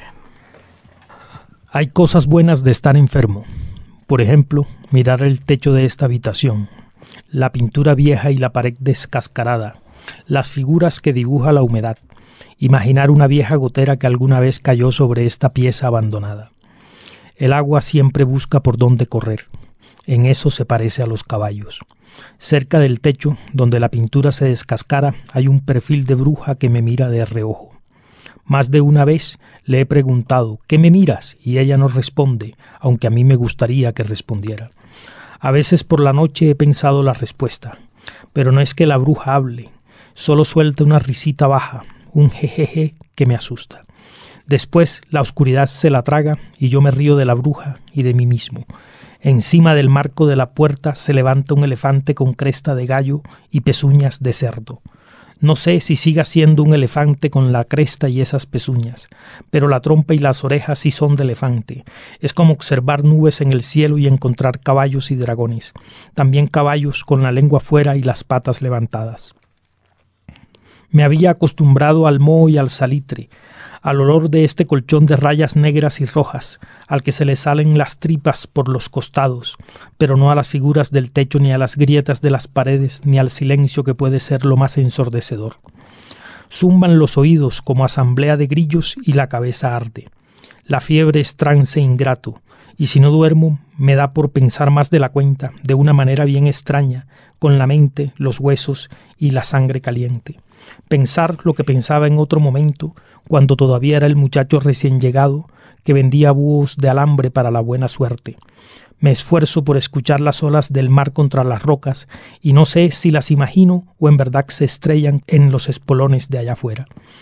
Hay cosas buenas de estar enfermo. Por ejemplo, mirar el techo de esta habitación, la pintura vieja y la pared descascarada, las figuras que dibuja la humedad. Imaginar una vieja gotera que alguna vez cayó sobre esta pieza abandonada. El agua siempre busca por dónde correr. En eso se parece a los caballos. Cerca del techo, donde la pintura se descascara, hay un perfil de bruja que me mira de reojo. Más de una vez le he preguntado, ¿qué me miras? Y ella no responde, aunque a mí me gustaría que respondiera. A veces por la noche he pensado la respuesta, pero no es que la bruja hable, solo suelta una risita baja, un jejeje que me asusta. Después la oscuridad se la traga y yo me río de la bruja y de mí mismo. Encima del marco de la puerta se levanta un elefante con cresta de gallo y pezuñas de cerdo. No sé si siga siendo un elefante con la cresta y esas pezuñas, pero la trompa y las orejas sí son de elefante. Es como observar nubes en el cielo y encontrar caballos y dragones. También caballos con la lengua fuera y las patas levantadas. Me había acostumbrado al moho y al salitre, al olor de este colchón de rayas negras y rojas, al que se le salen las tripas por los costados, pero no a las figuras del techo, ni a las grietas de las paredes, ni al silencio que puede ser lo más ensordecedor. Zumban los oídos como asamblea de grillos y la cabeza arde. La fiebre es trance ingrato, y si no duermo, me da por pensar más de la cuenta, de una manera bien extraña, con la mente, los huesos y la sangre caliente. Pensar lo que pensaba en otro momento, cuando todavía era el muchacho recién llegado que vendía búhos de alambre para la buena suerte. Me esfuerzo por escuchar las olas del mar contra las rocas y no sé si las imagino o en verdad se estrellan en los espolones de allá afuera.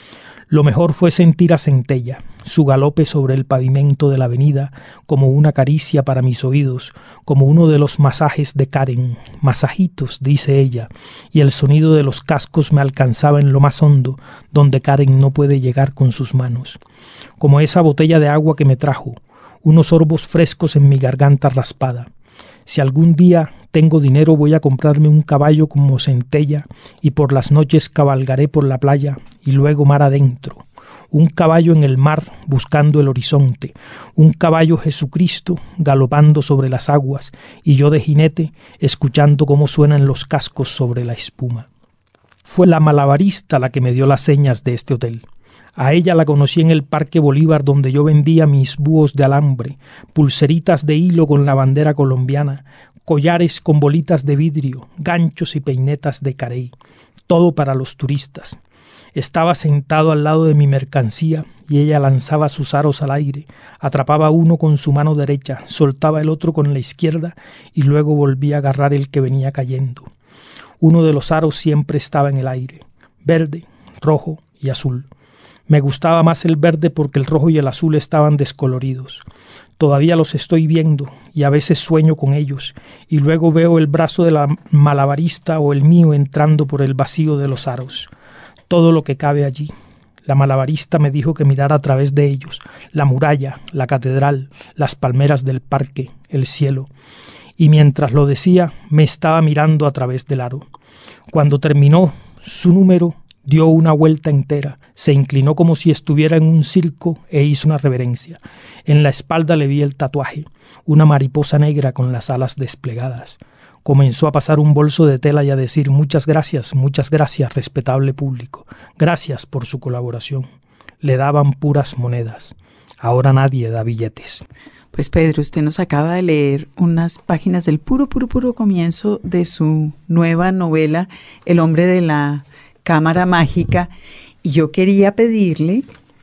Lo mejor fue sentir a Centella, su galope sobre el pavimento de la avenida, como una caricia para mis oídos, como uno de los masajes de Karen. Masajitos, dice ella, y el sonido de los cascos me alcanzaba en lo más hondo, donde Karen no puede llegar con sus manos. Como esa botella de agua que me trajo, unos sorbos frescos en mi garganta raspada. Si algún día tengo dinero voy a comprarme un caballo como Centella y por las noches cabalgaré por la playa y luego mar adentro. Un caballo en el mar buscando el horizonte, un caballo Jesucristo galopando sobre las aguas y yo de jinete escuchando cómo suenan los cascos sobre la espuma. Fue la malabarista la que me dio las señas de este hotel. A ella la conocí en el Parque Bolívar, donde yo vendía mis búhos de alambre, pulseritas de hilo con la bandera colombiana, collares con bolitas de vidrio, ganchos y peinetas de carey, todo para los turistas. Estaba sentado al lado de mi mercancía y ella lanzaba sus aros al aire, atrapaba uno con su mano derecha, soltaba el otro con la izquierda y luego volvía a agarrar el que venía cayendo. Uno de los aros siempre estaba en el aire, verde, rojo y azul. Me gustaba más el verde porque el rojo y el azul estaban descoloridos. Todavía los estoy viendo y a veces sueño con ellos y luego veo el brazo de la malabarista o el mío entrando por el vacío de los aros. Todo lo que cabe allí. La malabarista me dijo que mirara a través de ellos, la muralla, la catedral, las palmeras del parque, el cielo. Y mientras lo decía, me estaba mirando a través del aro. Cuando terminó su número, dio una vuelta entera, se inclinó como si estuviera en un circo e hizo una reverencia. En la espalda le vi el tatuaje, una mariposa negra con las alas desplegadas. Comenzó a pasar un bolso de tela y a decir muchas gracias, respetable público. Gracias por su colaboración. Le daban puras monedas. Ahora nadie da billetes. Pues Pedro, usted nos acaba de leer unas páginas del puro comienzo de su nueva novela, El hombre de la cámara mágica, y yo quería pedirle,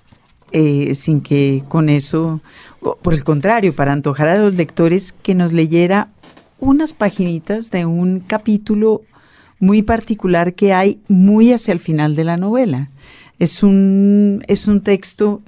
sin que con eso, por el contrario, para antojar a los lectores, que nos leyera unas paginitas de un capítulo muy particular que hay muy hacia el final de la novela. Es un texto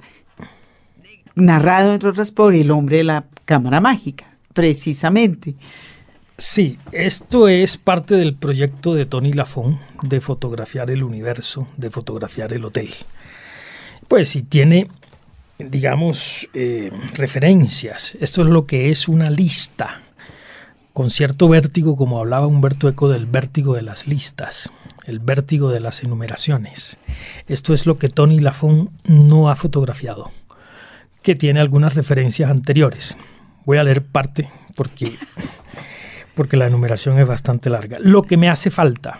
narrado, entre otras, por el hombre de la cámara mágica, precisamente. Sí, esto es parte del proyecto de Tony Lafon de fotografiar el universo, de fotografiar el hotel. Pues sí, tiene, digamos, referencias. Esto es lo que es una lista, con cierto vértigo, como hablaba Humberto Eco del vértigo de las listas, el vértigo de las enumeraciones. Esto es lo que Tony Lafon no ha fotografiado, que tiene algunas referencias anteriores. Voy a leer parte porque la enumeración es bastante larga. Lo que me hace falta: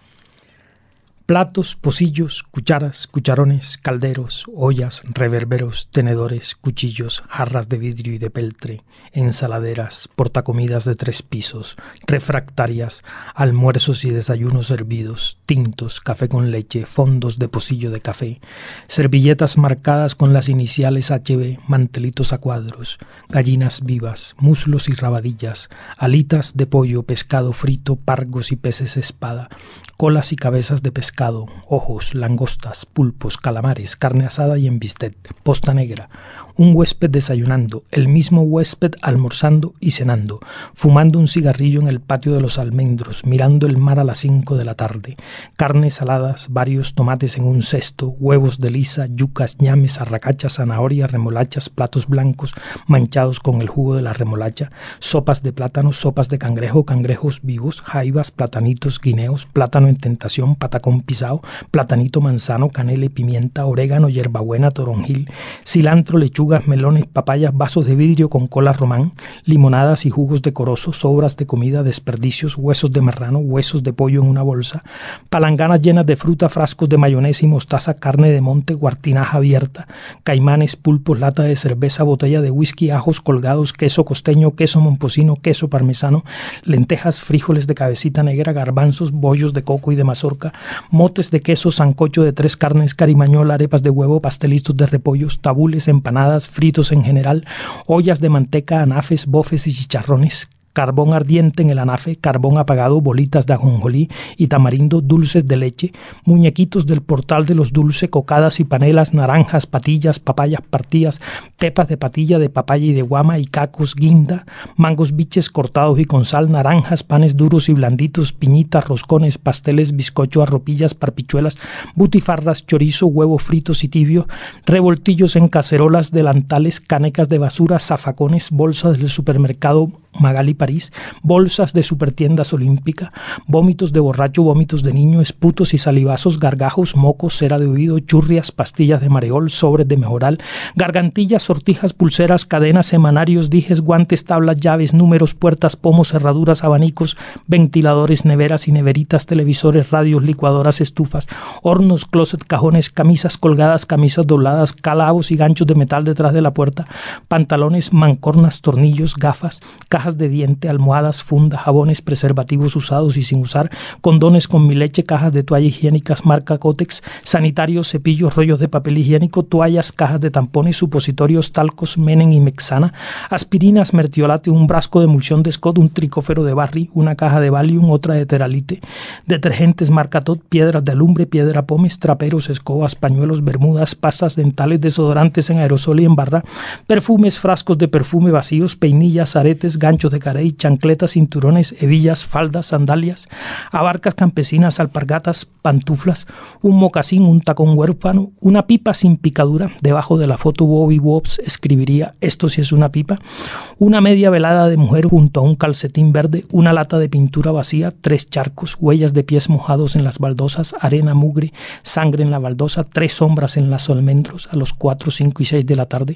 platos, pocillos, cucharas, cucharones, calderos, ollas, reverberos, tenedores, cuchillos, jarras de vidrio y de peltre, ensaladeras, portacomidas de 3 pisos, refractarias, almuerzos y desayunos servidos, tintos, café con leche, fondos de pocillo de café, servilletas marcadas con las iniciales HB, mantelitos a cuadros, gallinas vivas, muslos y rabadillas, alitas de pollo, pescado frito, pargos y peces espada, colas y cabezas de pescado, ojos, langostas, pulpos, calamares, carne asada y embistet, posta negra, un huésped desayunando, el mismo huésped almorzando y cenando, fumando un cigarrillo en el patio de los almendros, mirando el mar a las 5 de la tarde, carnes saladas, varios tomates en un cesto, huevos de lisa, yucas, ñames, arracachas, zanahorias, remolachas, platos blancos manchados con el jugo de la remolacha, sopas de plátano, sopas de cangrejo, cangrejos vivos, jaivas, platanitos, guineos, plátano en tentación, patacón pisado, platanito manzano, canela y pimienta, orégano, hierbabuena, toronjil, cilantro, lechugas, melones, papayas, vasos de vidrio con cola román, limonadas y jugos decorosos, sobras de comida, desperdicios, huesos de marrano, huesos de pollo en una bolsa, palanganas llenas de fruta, frascos de mayonesa y mostaza, carne de monte, guartinaja abierta, caimanes, pulpos, lata de cerveza, botella de whisky, ajos colgados, queso costeño, queso momposino, queso parmesano, lentejas, frijoles de cabecita negra, garbanzos, bollos de coco y de mazorca, motes de queso, sancocho de 3 carnes, carimañola, arepas de huevo, pastelitos de repollos, tabules, empanadas, fritos en general, ollas de manteca, anafes, bofes y chicharrones, carbón ardiente en el anafe, carbón apagado, bolitas de ajonjolí y tamarindo, dulces de leche, muñequitos del portal de los dulces, cocadas y panelas, naranjas, patillas, papayas partidas, pepas de patilla, de papaya y de guama, y cacos, guinda, mangos biches cortados y con sal, naranjas, panes duros y blanditos, piñitas, roscones, pasteles, bizcocho, arropillas, parpichuelas, butifarras, chorizo, huevos fritos y tibios, revoltillos en cacerolas, delantales, canecas de basura, zafacones, bolsas del supermercado Magali París, bolsas de supertiendas Olímpica, vómitos de borracho, vómitos de niño, esputos y salivazos, gargajos, mocos, cera de oído, churrias, pastillas de mareol, sobres de mejoral, gargantillas, sortijas, pulseras, cadenas, semanarios, dijes, guantes, tablas, llaves, números, puertas, pomos, cerraduras, abanicos, ventiladores, neveras y neveritas, televisores, radios, licuadoras, estufas, hornos, closet, cajones, camisas colgadas, camisas dobladas, clavos y ganchos de metal detrás de la puerta, pantalones, mancornas, tornillos, gafas, cajas de diente, almohadas, fundas, jabones, preservativos usados y sin usar, condones con mi leche, cajas de toallas higiénicas marca Cotex, sanitarios, cepillos, rollos de papel higiénico, toallas, cajas de tampones, supositorios, talcos, Menen y Mexana, aspirinas, mertiolate, un frasco de emulsión de Scott, un tricófero de Barry, una caja de Valium, otra de Teralite, detergentes marca Tot, piedras de alumbre, piedra pómez, traperos, escobas, pañuelos, bermudas, pastas dentales, desodorantes en aerosol y en barra, perfumes, frascos de perfume vacíos, peinillas, aretes, ganchos de carey, chancletas, cinturones, hebillas, faldas, sandalias, abarcas campesinas, alpargatas, pantuflas, un mocasín, un tacón huérfano, una pipa sin picadura. Debajo de la foto Bobby Wobbs escribiría: esto sí es una pipa. Una media velada de mujer junto a un calcetín verde, una lata de pintura vacía, 3 charcos, huellas de pies mojados en las baldosas, arena, mugre, sangre en la baldosa, 3 sombras en los almendros a las 4, 5 y 6 de la tarde,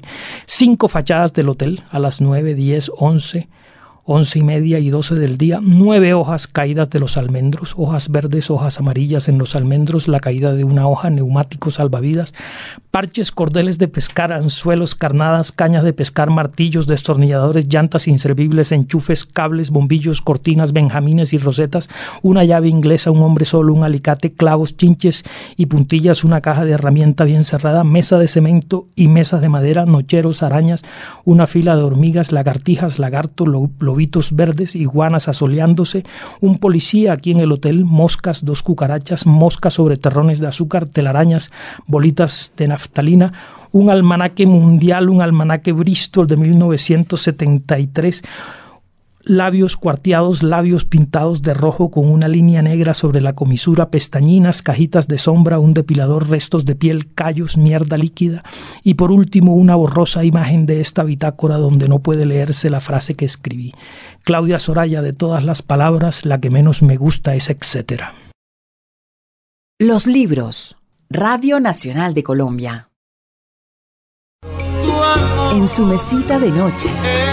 5 fachadas del hotel a las 9, 10, 11 y media y 12 del día, 9 hojas caídas de los almendros, hojas verdes, hojas amarillas en los almendros, la caída de una hoja, neumáticos salvavidas, parches, cordeles de pescar, anzuelos, carnadas, cañas de pescar, martillos, destornilladores, llantas inservibles, enchufes, cables, bombillos, cortinas, benjamines y rosetas, una llave inglesa, un hombre solo, un alicate, clavos, chinches y puntillas, una caja de herramienta bien cerrada, mesa de cemento y mesas de madera, nocheros, arañas, una fila de hormigas, lagartijas, lagartos, lobitos verdes, iguanas asoleándose, un policía aquí en el hotel, moscas, 2 cucarachas, moscas sobre terrones de azúcar, telarañas, bolitas de naftalina, un almanaque mundial, un almanaque Bristol de 1973, labios cuarteados, labios pintados de rojo con una línea negra sobre la comisura, pestañinas, cajitas de sombra, un depilador, restos de piel, callos, mierda líquida y por último una borrosa imagen de esta bitácora donde no puede leerse la frase que escribí. Claudia Soraya, de todas las palabras, la que menos me gusta es etcétera. Los libros. Radio Nacional de Colombia. En su mesita de noche.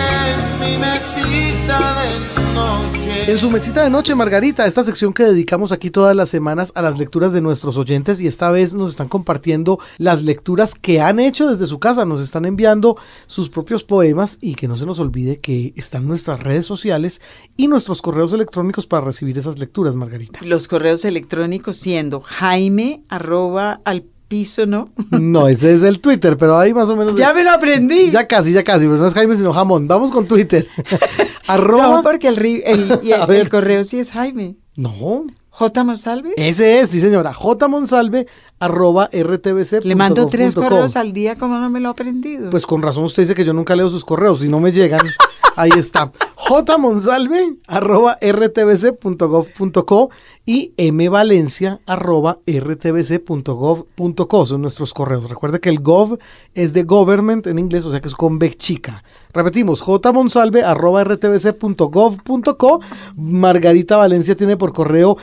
En su mesita de noche, Margarita, esta sección que dedicamos aquí todas las semanas a las lecturas de nuestros oyentes, y esta vez nos están compartiendo las lecturas que han hecho desde su casa, nos están enviando sus propios poemas, y que no se nos olvide que están nuestras redes sociales y nuestros correos electrónicos para recibir esas lecturas, Margarita. Los correos electrónicos siendo Jaime@alpiso, ¿no? No, ese es el Twitter, pero ahí más o menos... Ya me lo aprendí. Ya casi, pero no es Jaime sino Jamón. Vamos con Twitter. No, porque el correo sí es Jaime. No. J. Monsalve. Ese es, sí señora, jmonsalve@rtbc.gov.co. Le mando 3 correos al día, ¿cómo no me lo he aprendido? Pues con razón usted dice que yo nunca leo sus correos, si no me llegan, ahí está, jmonsalve@rtbc.gov.co y mvalencia@rtbc.gov.co, son nuestros correos. Recuerde que el gov es de government en inglés, o sea que es con B chica. Repetimos, jmonsalve@rtbc.gov.co. Margarita Valencia tiene por correo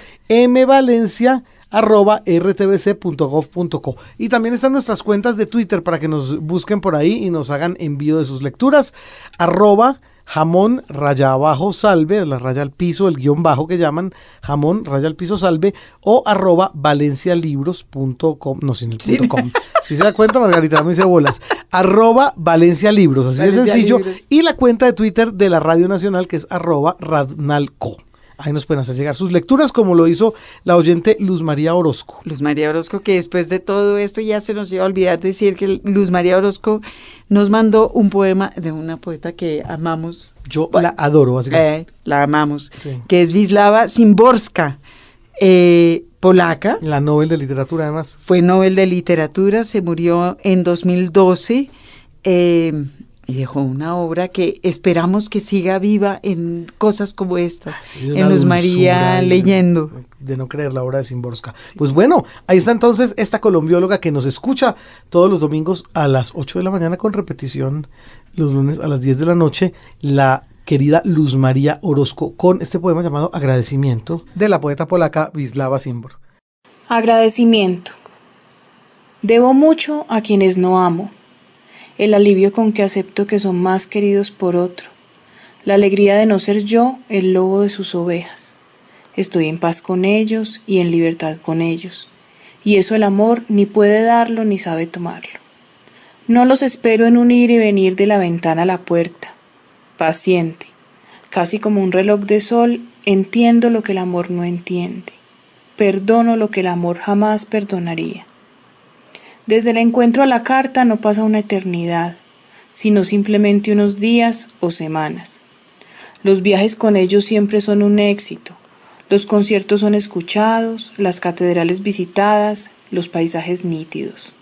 mvalencia@rtbc.gov.co. Y también están nuestras cuentas de Twitter para que nos busquen por ahí y nos hagan envío de sus lecturas. @jamón_salve, la raya al piso, el guión bajo que llaman jamón_salve, o @valencialibros.com, no, sin el punto com. Si se da cuenta, Margarita, no me hice bolas. @valencialibros, así de sencillo. Libros. Y la cuenta de Twitter de la Radio Nacional, que es @radnalco. Ahí nos pueden hacer llegar sus lecturas, como lo hizo la oyente Luz María Orozco. Luz María Orozco, que después de todo esto ya se nos iba a olvidar decir que Luz María Orozco nos mandó un poema de una poeta que amamos. Yo la adoro, básicamente. La amamos, sí. Que es Wisława Szymborska, polaca. La Nobel de Literatura, además. Fue Nobel de Literatura, se murió en 2012, y dejó una obra que esperamos que siga viva en cosas como esta, en Luz María leyendo. De no creer la obra de Szymborska. Sí. Pues bueno, ahí está entonces esta colombióloga que nos escucha todos los domingos a las 8 de la mañana con repetición los lunes a las 10 de la noche, la querida Luz María Orozco, con este poema llamado Agradecimiento, de la poeta polaca Wisława Szymborska. Agradecimiento. Debo mucho a quienes no amo. El alivio con que acepto que son más queridos por otro, la alegría de no ser yo el lobo de sus ovejas. Estoy en paz con ellos y en libertad con ellos, y eso el amor ni puede darlo ni sabe tomarlo. No los espero en un ir y venir de la ventana a la puerta. Paciente, casi como un reloj de sol, entiendo lo que el amor no entiende. Perdono lo que el amor jamás perdonaría. Desde el encuentro a la carta no pasa una eternidad, sino simplemente unos días o semanas. Los viajes con ellos siempre son un éxito. Los conciertos son escuchados, las catedrales visitadas, los paisajes nítidos.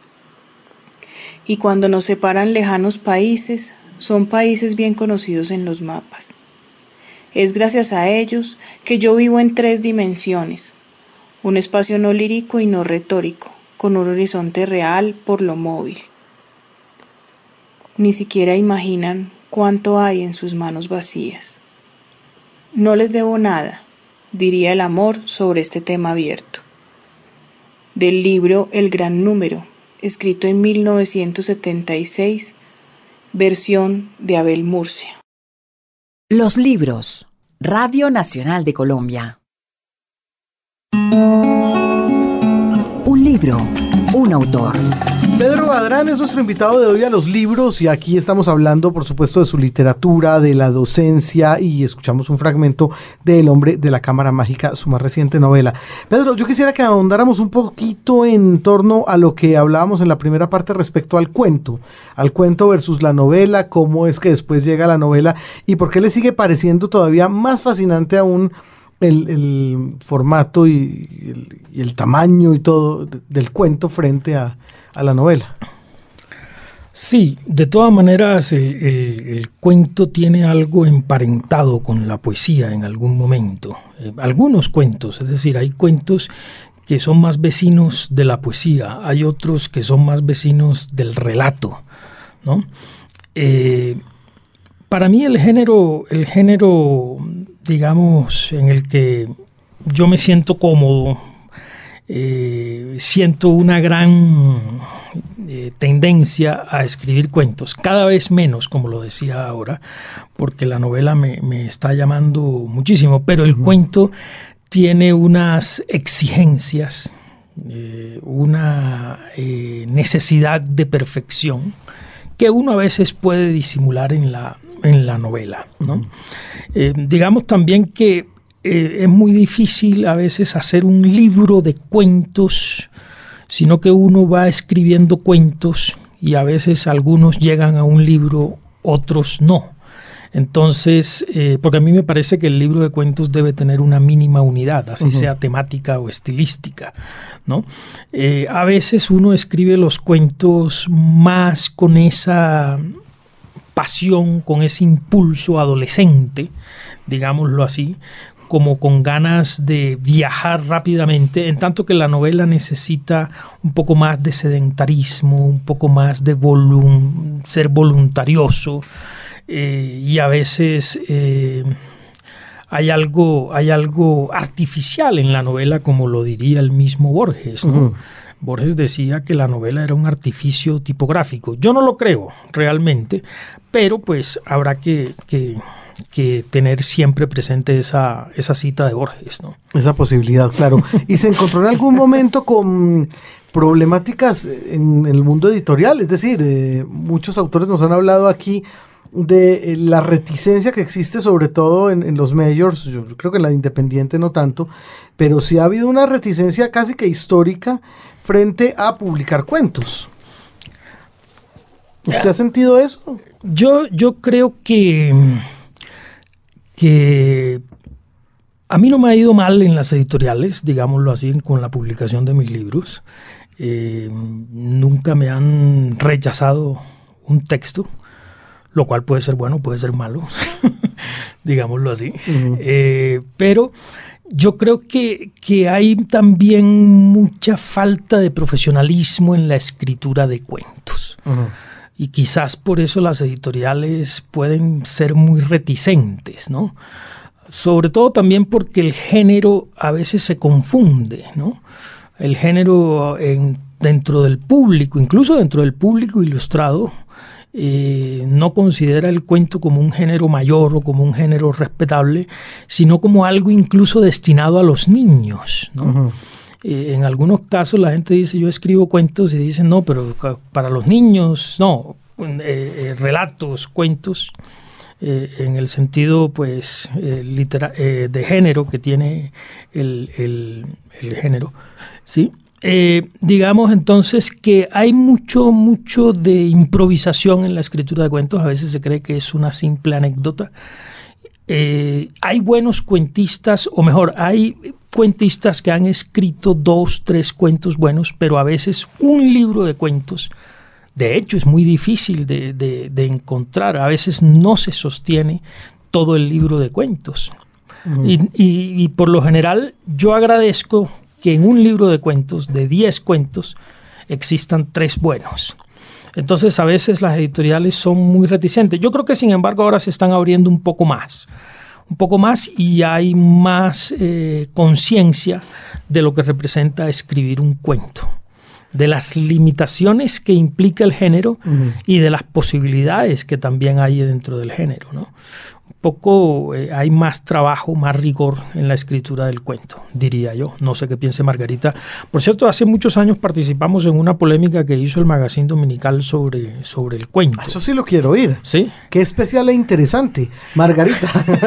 Y cuando nos separan lejanos países, son países bien conocidos en los mapas. Es gracias a ellos que yo vivo en 3 dimensiones, un espacio no lírico y no retórico, con un horizonte real por lo móvil. Ni siquiera imaginan cuánto hay en sus manos vacías. No les debo nada, diría el amor sobre este tema abierto. Del libro El Gran Número, escrito en 1976, versión de Abel Murcia. Los libros. Radio Nacional de Colombia. Un libro, un autor. Pedro Badrán es nuestro invitado de hoy a Los Libros, y aquí estamos hablando, por supuesto, de su literatura, de la docencia, y escuchamos un fragmento de El hombre de la cámara mágica, su más reciente novela. Pedro, yo quisiera que ahondáramos un poquito en torno a lo que hablábamos en la primera parte respecto al cuento versus la novela, cómo es que después llega la novela y por qué le sigue pareciendo todavía más fascinante aún el formato y el tamaño y todo del cuento frente a la novela. Sí, de todas maneras el cuento tiene algo emparentado con la poesía en algún momento. Algunos cuentos, es decir, hay cuentos que son más vecinos de la poesía, hay otros que son más vecinos del relato, ¿no? Para mí el género, digamos, en el que yo me siento cómodo, siento una gran tendencia a escribir cuentos, cada vez menos, como lo decía ahora, porque la novela me está llamando muchísimo, pero el cuento tiene unas exigencias, una necesidad de perfección que uno a veces puede disimular en la novela, ¿no? Digamos también que es muy difícil a veces hacer un libro de cuentos, sino que uno va escribiendo cuentos y a veces algunos llegan a un libro, otros no. Entonces, porque a mí me parece que el libro de cuentos debe tener una mínima unidad, así sea temática o estilística, ¿no? A veces uno escribe los cuentos más con esa pasión, con ese impulso adolescente, digámoslo así, como con ganas de viajar rápidamente, en tanto que la novela necesita un poco más de sedentarismo, un poco más de ser voluntarioso, y a veces hay algo artificial en la novela, como lo diría el mismo Borges, ¿no? Borges decía que la novela era un artificio tipográfico. Yo no lo creo realmente, pero pues habrá que tener siempre presente esa cita de Borges, ¿no? Esa posibilidad, claro. ¿Y se encontró en algún momento con problemáticas en el mundo editorial? Es decir, muchos autores nos han hablado aquí de la reticencia que existe, sobre todo en los majors. Yo creo que en la independiente no tanto, pero sí ha habido una reticencia casi que histórica frente a publicar cuentos. ¿Usted ha sentido eso? Yo creo que a mí no me ha ido mal en las editoriales, digámoslo así, con la publicación de mis libros. Nunca me han rechazado un texto, lo cual puede ser bueno, puede ser malo, digámoslo así. Pero yo creo que hay también mucha falta de profesionalismo en la escritura de cuentos. Y quizás por eso las editoriales pueden ser muy reticentes, ¿no? Sobre todo también porque el género a veces se confunde, ¿no? El género dentro del público, incluso dentro del público ilustrado, no considera el cuento como un género mayor o como un género respetable, sino como algo incluso destinado a los niños, ¿no? En algunos casos la gente dice, yo escribo cuentos, y dicen, no, pero para los niños, no, relatos, cuentos, en el sentido pues de género que tiene el género, ¿sí? Digamos entonces que hay mucho de improvisación en la escritura de cuentos. A veces se cree que es una simple anécdota. Hay buenos cuentistas, o mejor, hay cuentistas que han escrito 2, 3 cuentos buenos, pero a veces un libro de cuentos, de hecho, es muy difícil de encontrar. A veces no se sostiene todo el libro de cuentos. Y por lo general yo agradezco que en un libro de cuentos, de 10 cuentos, existan 3 buenos. Entonces a veces las editoriales son muy reticentes. Yo creo que sin embargo ahora se están abriendo un poco más y hay más conciencia de lo que representa escribir un cuento, de las limitaciones que implica el género y de las posibilidades que también hay dentro del género, ¿no? Un poco hay más trabajo, más rigor en la escritura del cuento, diría yo. No sé qué piense Margarita. Por cierto, hace muchos años participamos en una polémica que hizo el Magazine Dominical sobre el cuento. Eso sí lo quiero oír. ¿Sí? Qué especial e interesante. Margarita.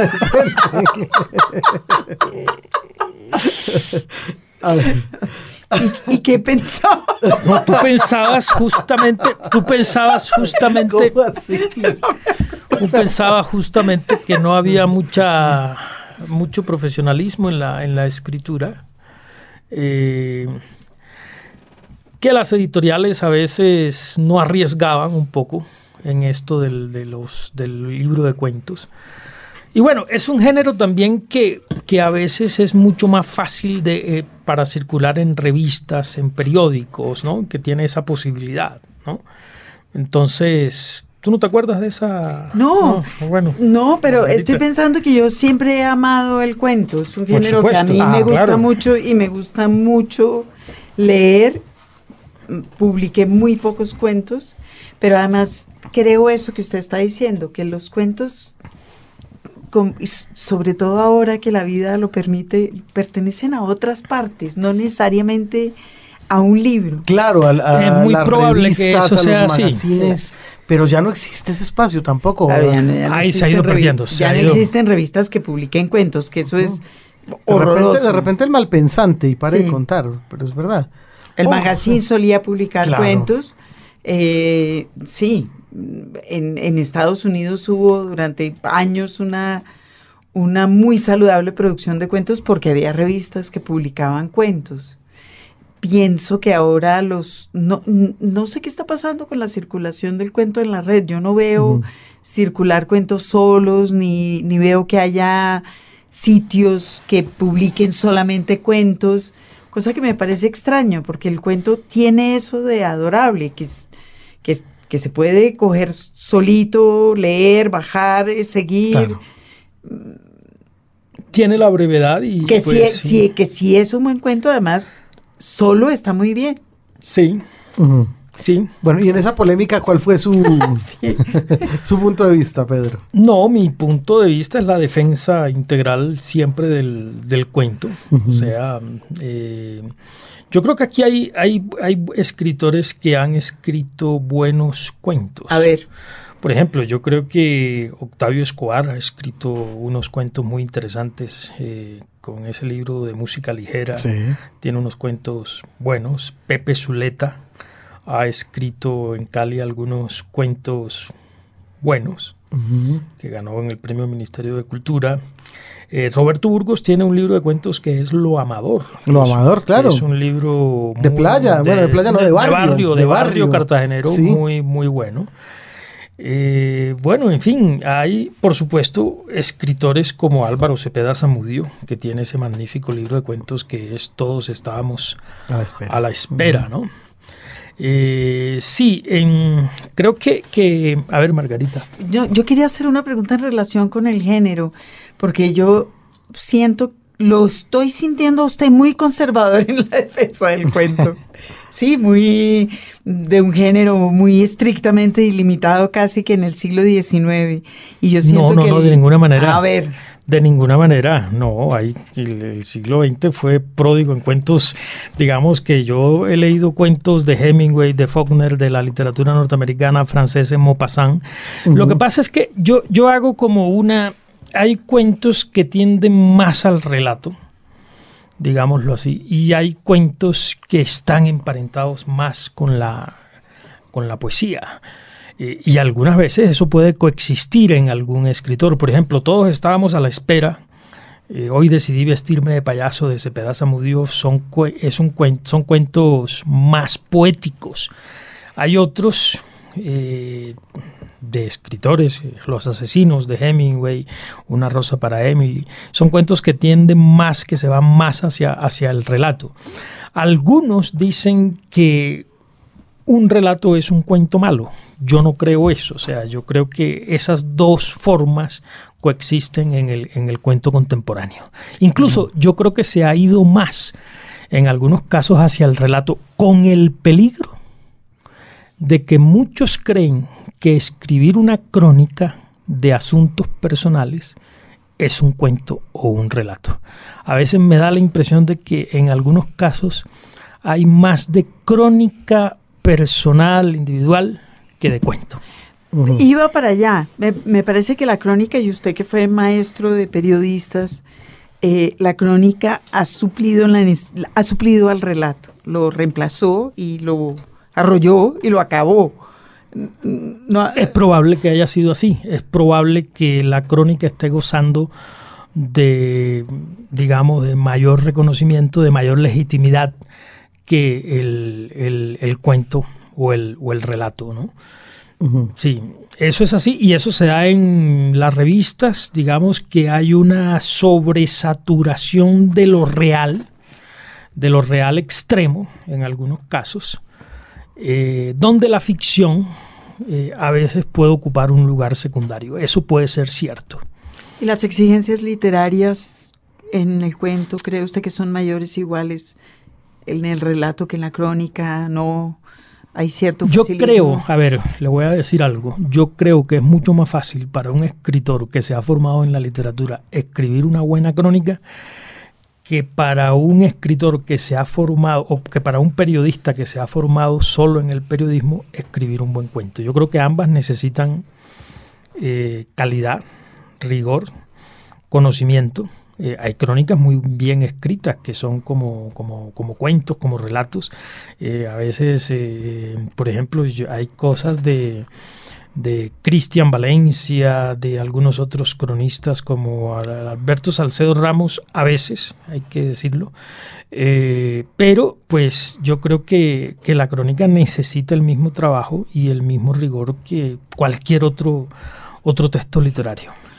A ver. ¿Y qué pensaba? No, tú pensabas justamente. ¿Cómo así? Tú pensabas justamente que no había mucho profesionalismo en la escritura. que las editoriales a veces no arriesgaban un poco en esto del libro de cuentos. Y bueno, es un género también que a veces es mucho más fácil para circular en revistas, en periódicos, ¿no? Que tiene esa posibilidad, ¿no? Entonces, ¿tú no te acuerdas de esa? No, bueno, no, pero estoy pensando que yo siempre he amado el cuento. Es un género que a mí me gusta mucho y me gusta mucho leer. Publiqué muy pocos cuentos, pero además creo eso que usted está diciendo, que los cuentos, sobre todo ahora que la vida lo permite, pertenecen a otras partes, no necesariamente a un libro. Claro, es muy probable que eso sea así. Magazines, pero ya no existe ese espacio tampoco. Claro, ya ahí se ha ido perdiendo. Ya no existen revistas que publiquen cuentos, que eso es horroroso. De repente el Malpensante, y para de contar, pero es verdad. El magazine solía publicar cuentos. Sí, en Estados Unidos hubo durante años una muy saludable producción de cuentos porque había revistas que publicaban cuentos. Pienso que ahora no sé qué está pasando con la circulación del cuento en la red. Yo no veo circular cuentos solos, ni veo que haya sitios que publiquen solamente cuentos. Cosa que me parece extraño, porque el cuento tiene eso de adorable, que se puede coger solito, leer, bajar, seguir. Claro. Tiene la brevedad y que si es un buen cuento, además, solo está muy bien. Sí. Sí. Bueno, y en esa polémica, ¿cuál fue su punto de vista, Pedro? No, mi punto de vista es la defensa integral siempre del cuento. O sea, yo creo que aquí hay escritores que han escrito buenos cuentos. A ver. Por ejemplo, yo creo que Octavio Escobar ha escrito unos cuentos muy interesantes con ese libro de música ligera. Sí. Tiene unos cuentos buenos. Pepe Zuleta ha escrito en Cali algunos cuentos buenos, que ganó en el Premio Ministerio de Cultura. Roberto Burgos tiene un libro de cuentos que es Lo Amador. Lo Amador, claro. Es un libro de playa, de playa no, de barrio. De barrio cartagenero, sí. Muy, muy bueno. Bueno, en fin, hay, por supuesto, escritores como Álvaro Cepeda Zamudio, que tiene ese magnífico libro de cuentos que es Todos estábamos a la espera, ¿no? Sí, creo que... A ver, Margarita. Yo quería hacer una pregunta en relación con el género, porque yo lo estoy sintiendo a usted muy conservador en la defensa del cuento. Sí, muy de un género muy estrictamente ilimitado, casi que en el siglo XIX. Y yo siento no, de ninguna manera. A ver. De ninguna manera, no. El siglo XX fue pródigo en cuentos. Digamos que yo he leído cuentos de Hemingway, de Faulkner, de la literatura norteamericana, francesa, Maupassant. Lo que pasa es que yo hago como hay cuentos que tienden más al relato, digámoslo así, y hay cuentos que están emparentados más con la poesía. Y algunas veces eso puede coexistir en algún escritor. Por ejemplo, Todos estábamos a la espera. Hoy decidí vestirme de payaso de Cepeda Zamudio. Son cuentos más poéticos. Hay otros de escritores, Los asesinos de Hemingway, Una rosa para Emily. Son cuentos que tienden más, que se van más hacia el relato. Algunos dicen que un relato es un cuento malo. Yo no creo eso. O sea, yo creo que esas dos formas coexisten en el cuento contemporáneo. Incluso yo creo que se ha ido más, en algunos casos, hacia el relato, con el peligro de que muchos creen que escribir una crónica de asuntos personales es un cuento o un relato. A veces me da la impresión de que en algunos casos hay más de crónica personal, individual, que de cuento. Iba para allá. Me parece que la crónica, y usted que fue maestro de periodistas, la crónica ha suplido al relato. Lo reemplazó y lo arrolló y lo acabó. Es probable que haya sido así. Es probable que la crónica esté gozando de mayor reconocimiento, de mayor legitimidad que el cuento o el relato, ¿no? Sí, eso es así, y eso se da en las revistas. Digamos que hay una sobresaturación de lo real extremo en algunos casos, donde la ficción a veces puede ocupar un lugar secundario. Eso puede ser cierto. ¿Y las exigencias literarias en el cuento, cree usted que son mayores, iguales en el relato que en la crónica? ¿No hay cierto facilismo? Yo creo, a ver, le voy a decir algo. Yo creo que es mucho más fácil para un escritor que se ha formado en la literatura escribir una buena crónica que para un escritor que se ha formado, o que para un periodista que se ha formado solo en el periodismo, escribir un buen cuento. Yo creo que ambas necesitan calidad, rigor, conocimiento. Hay crónicas muy bien escritas que son como cuentos, como relatos. A veces, por ejemplo, hay cosas de Cristian Valencia, de algunos otros cronistas como Alberto Salcedo Ramos, a veces, hay que decirlo. Pero pues yo creo que la crónica necesita el mismo trabajo y el mismo rigor que cualquier otro texto literario.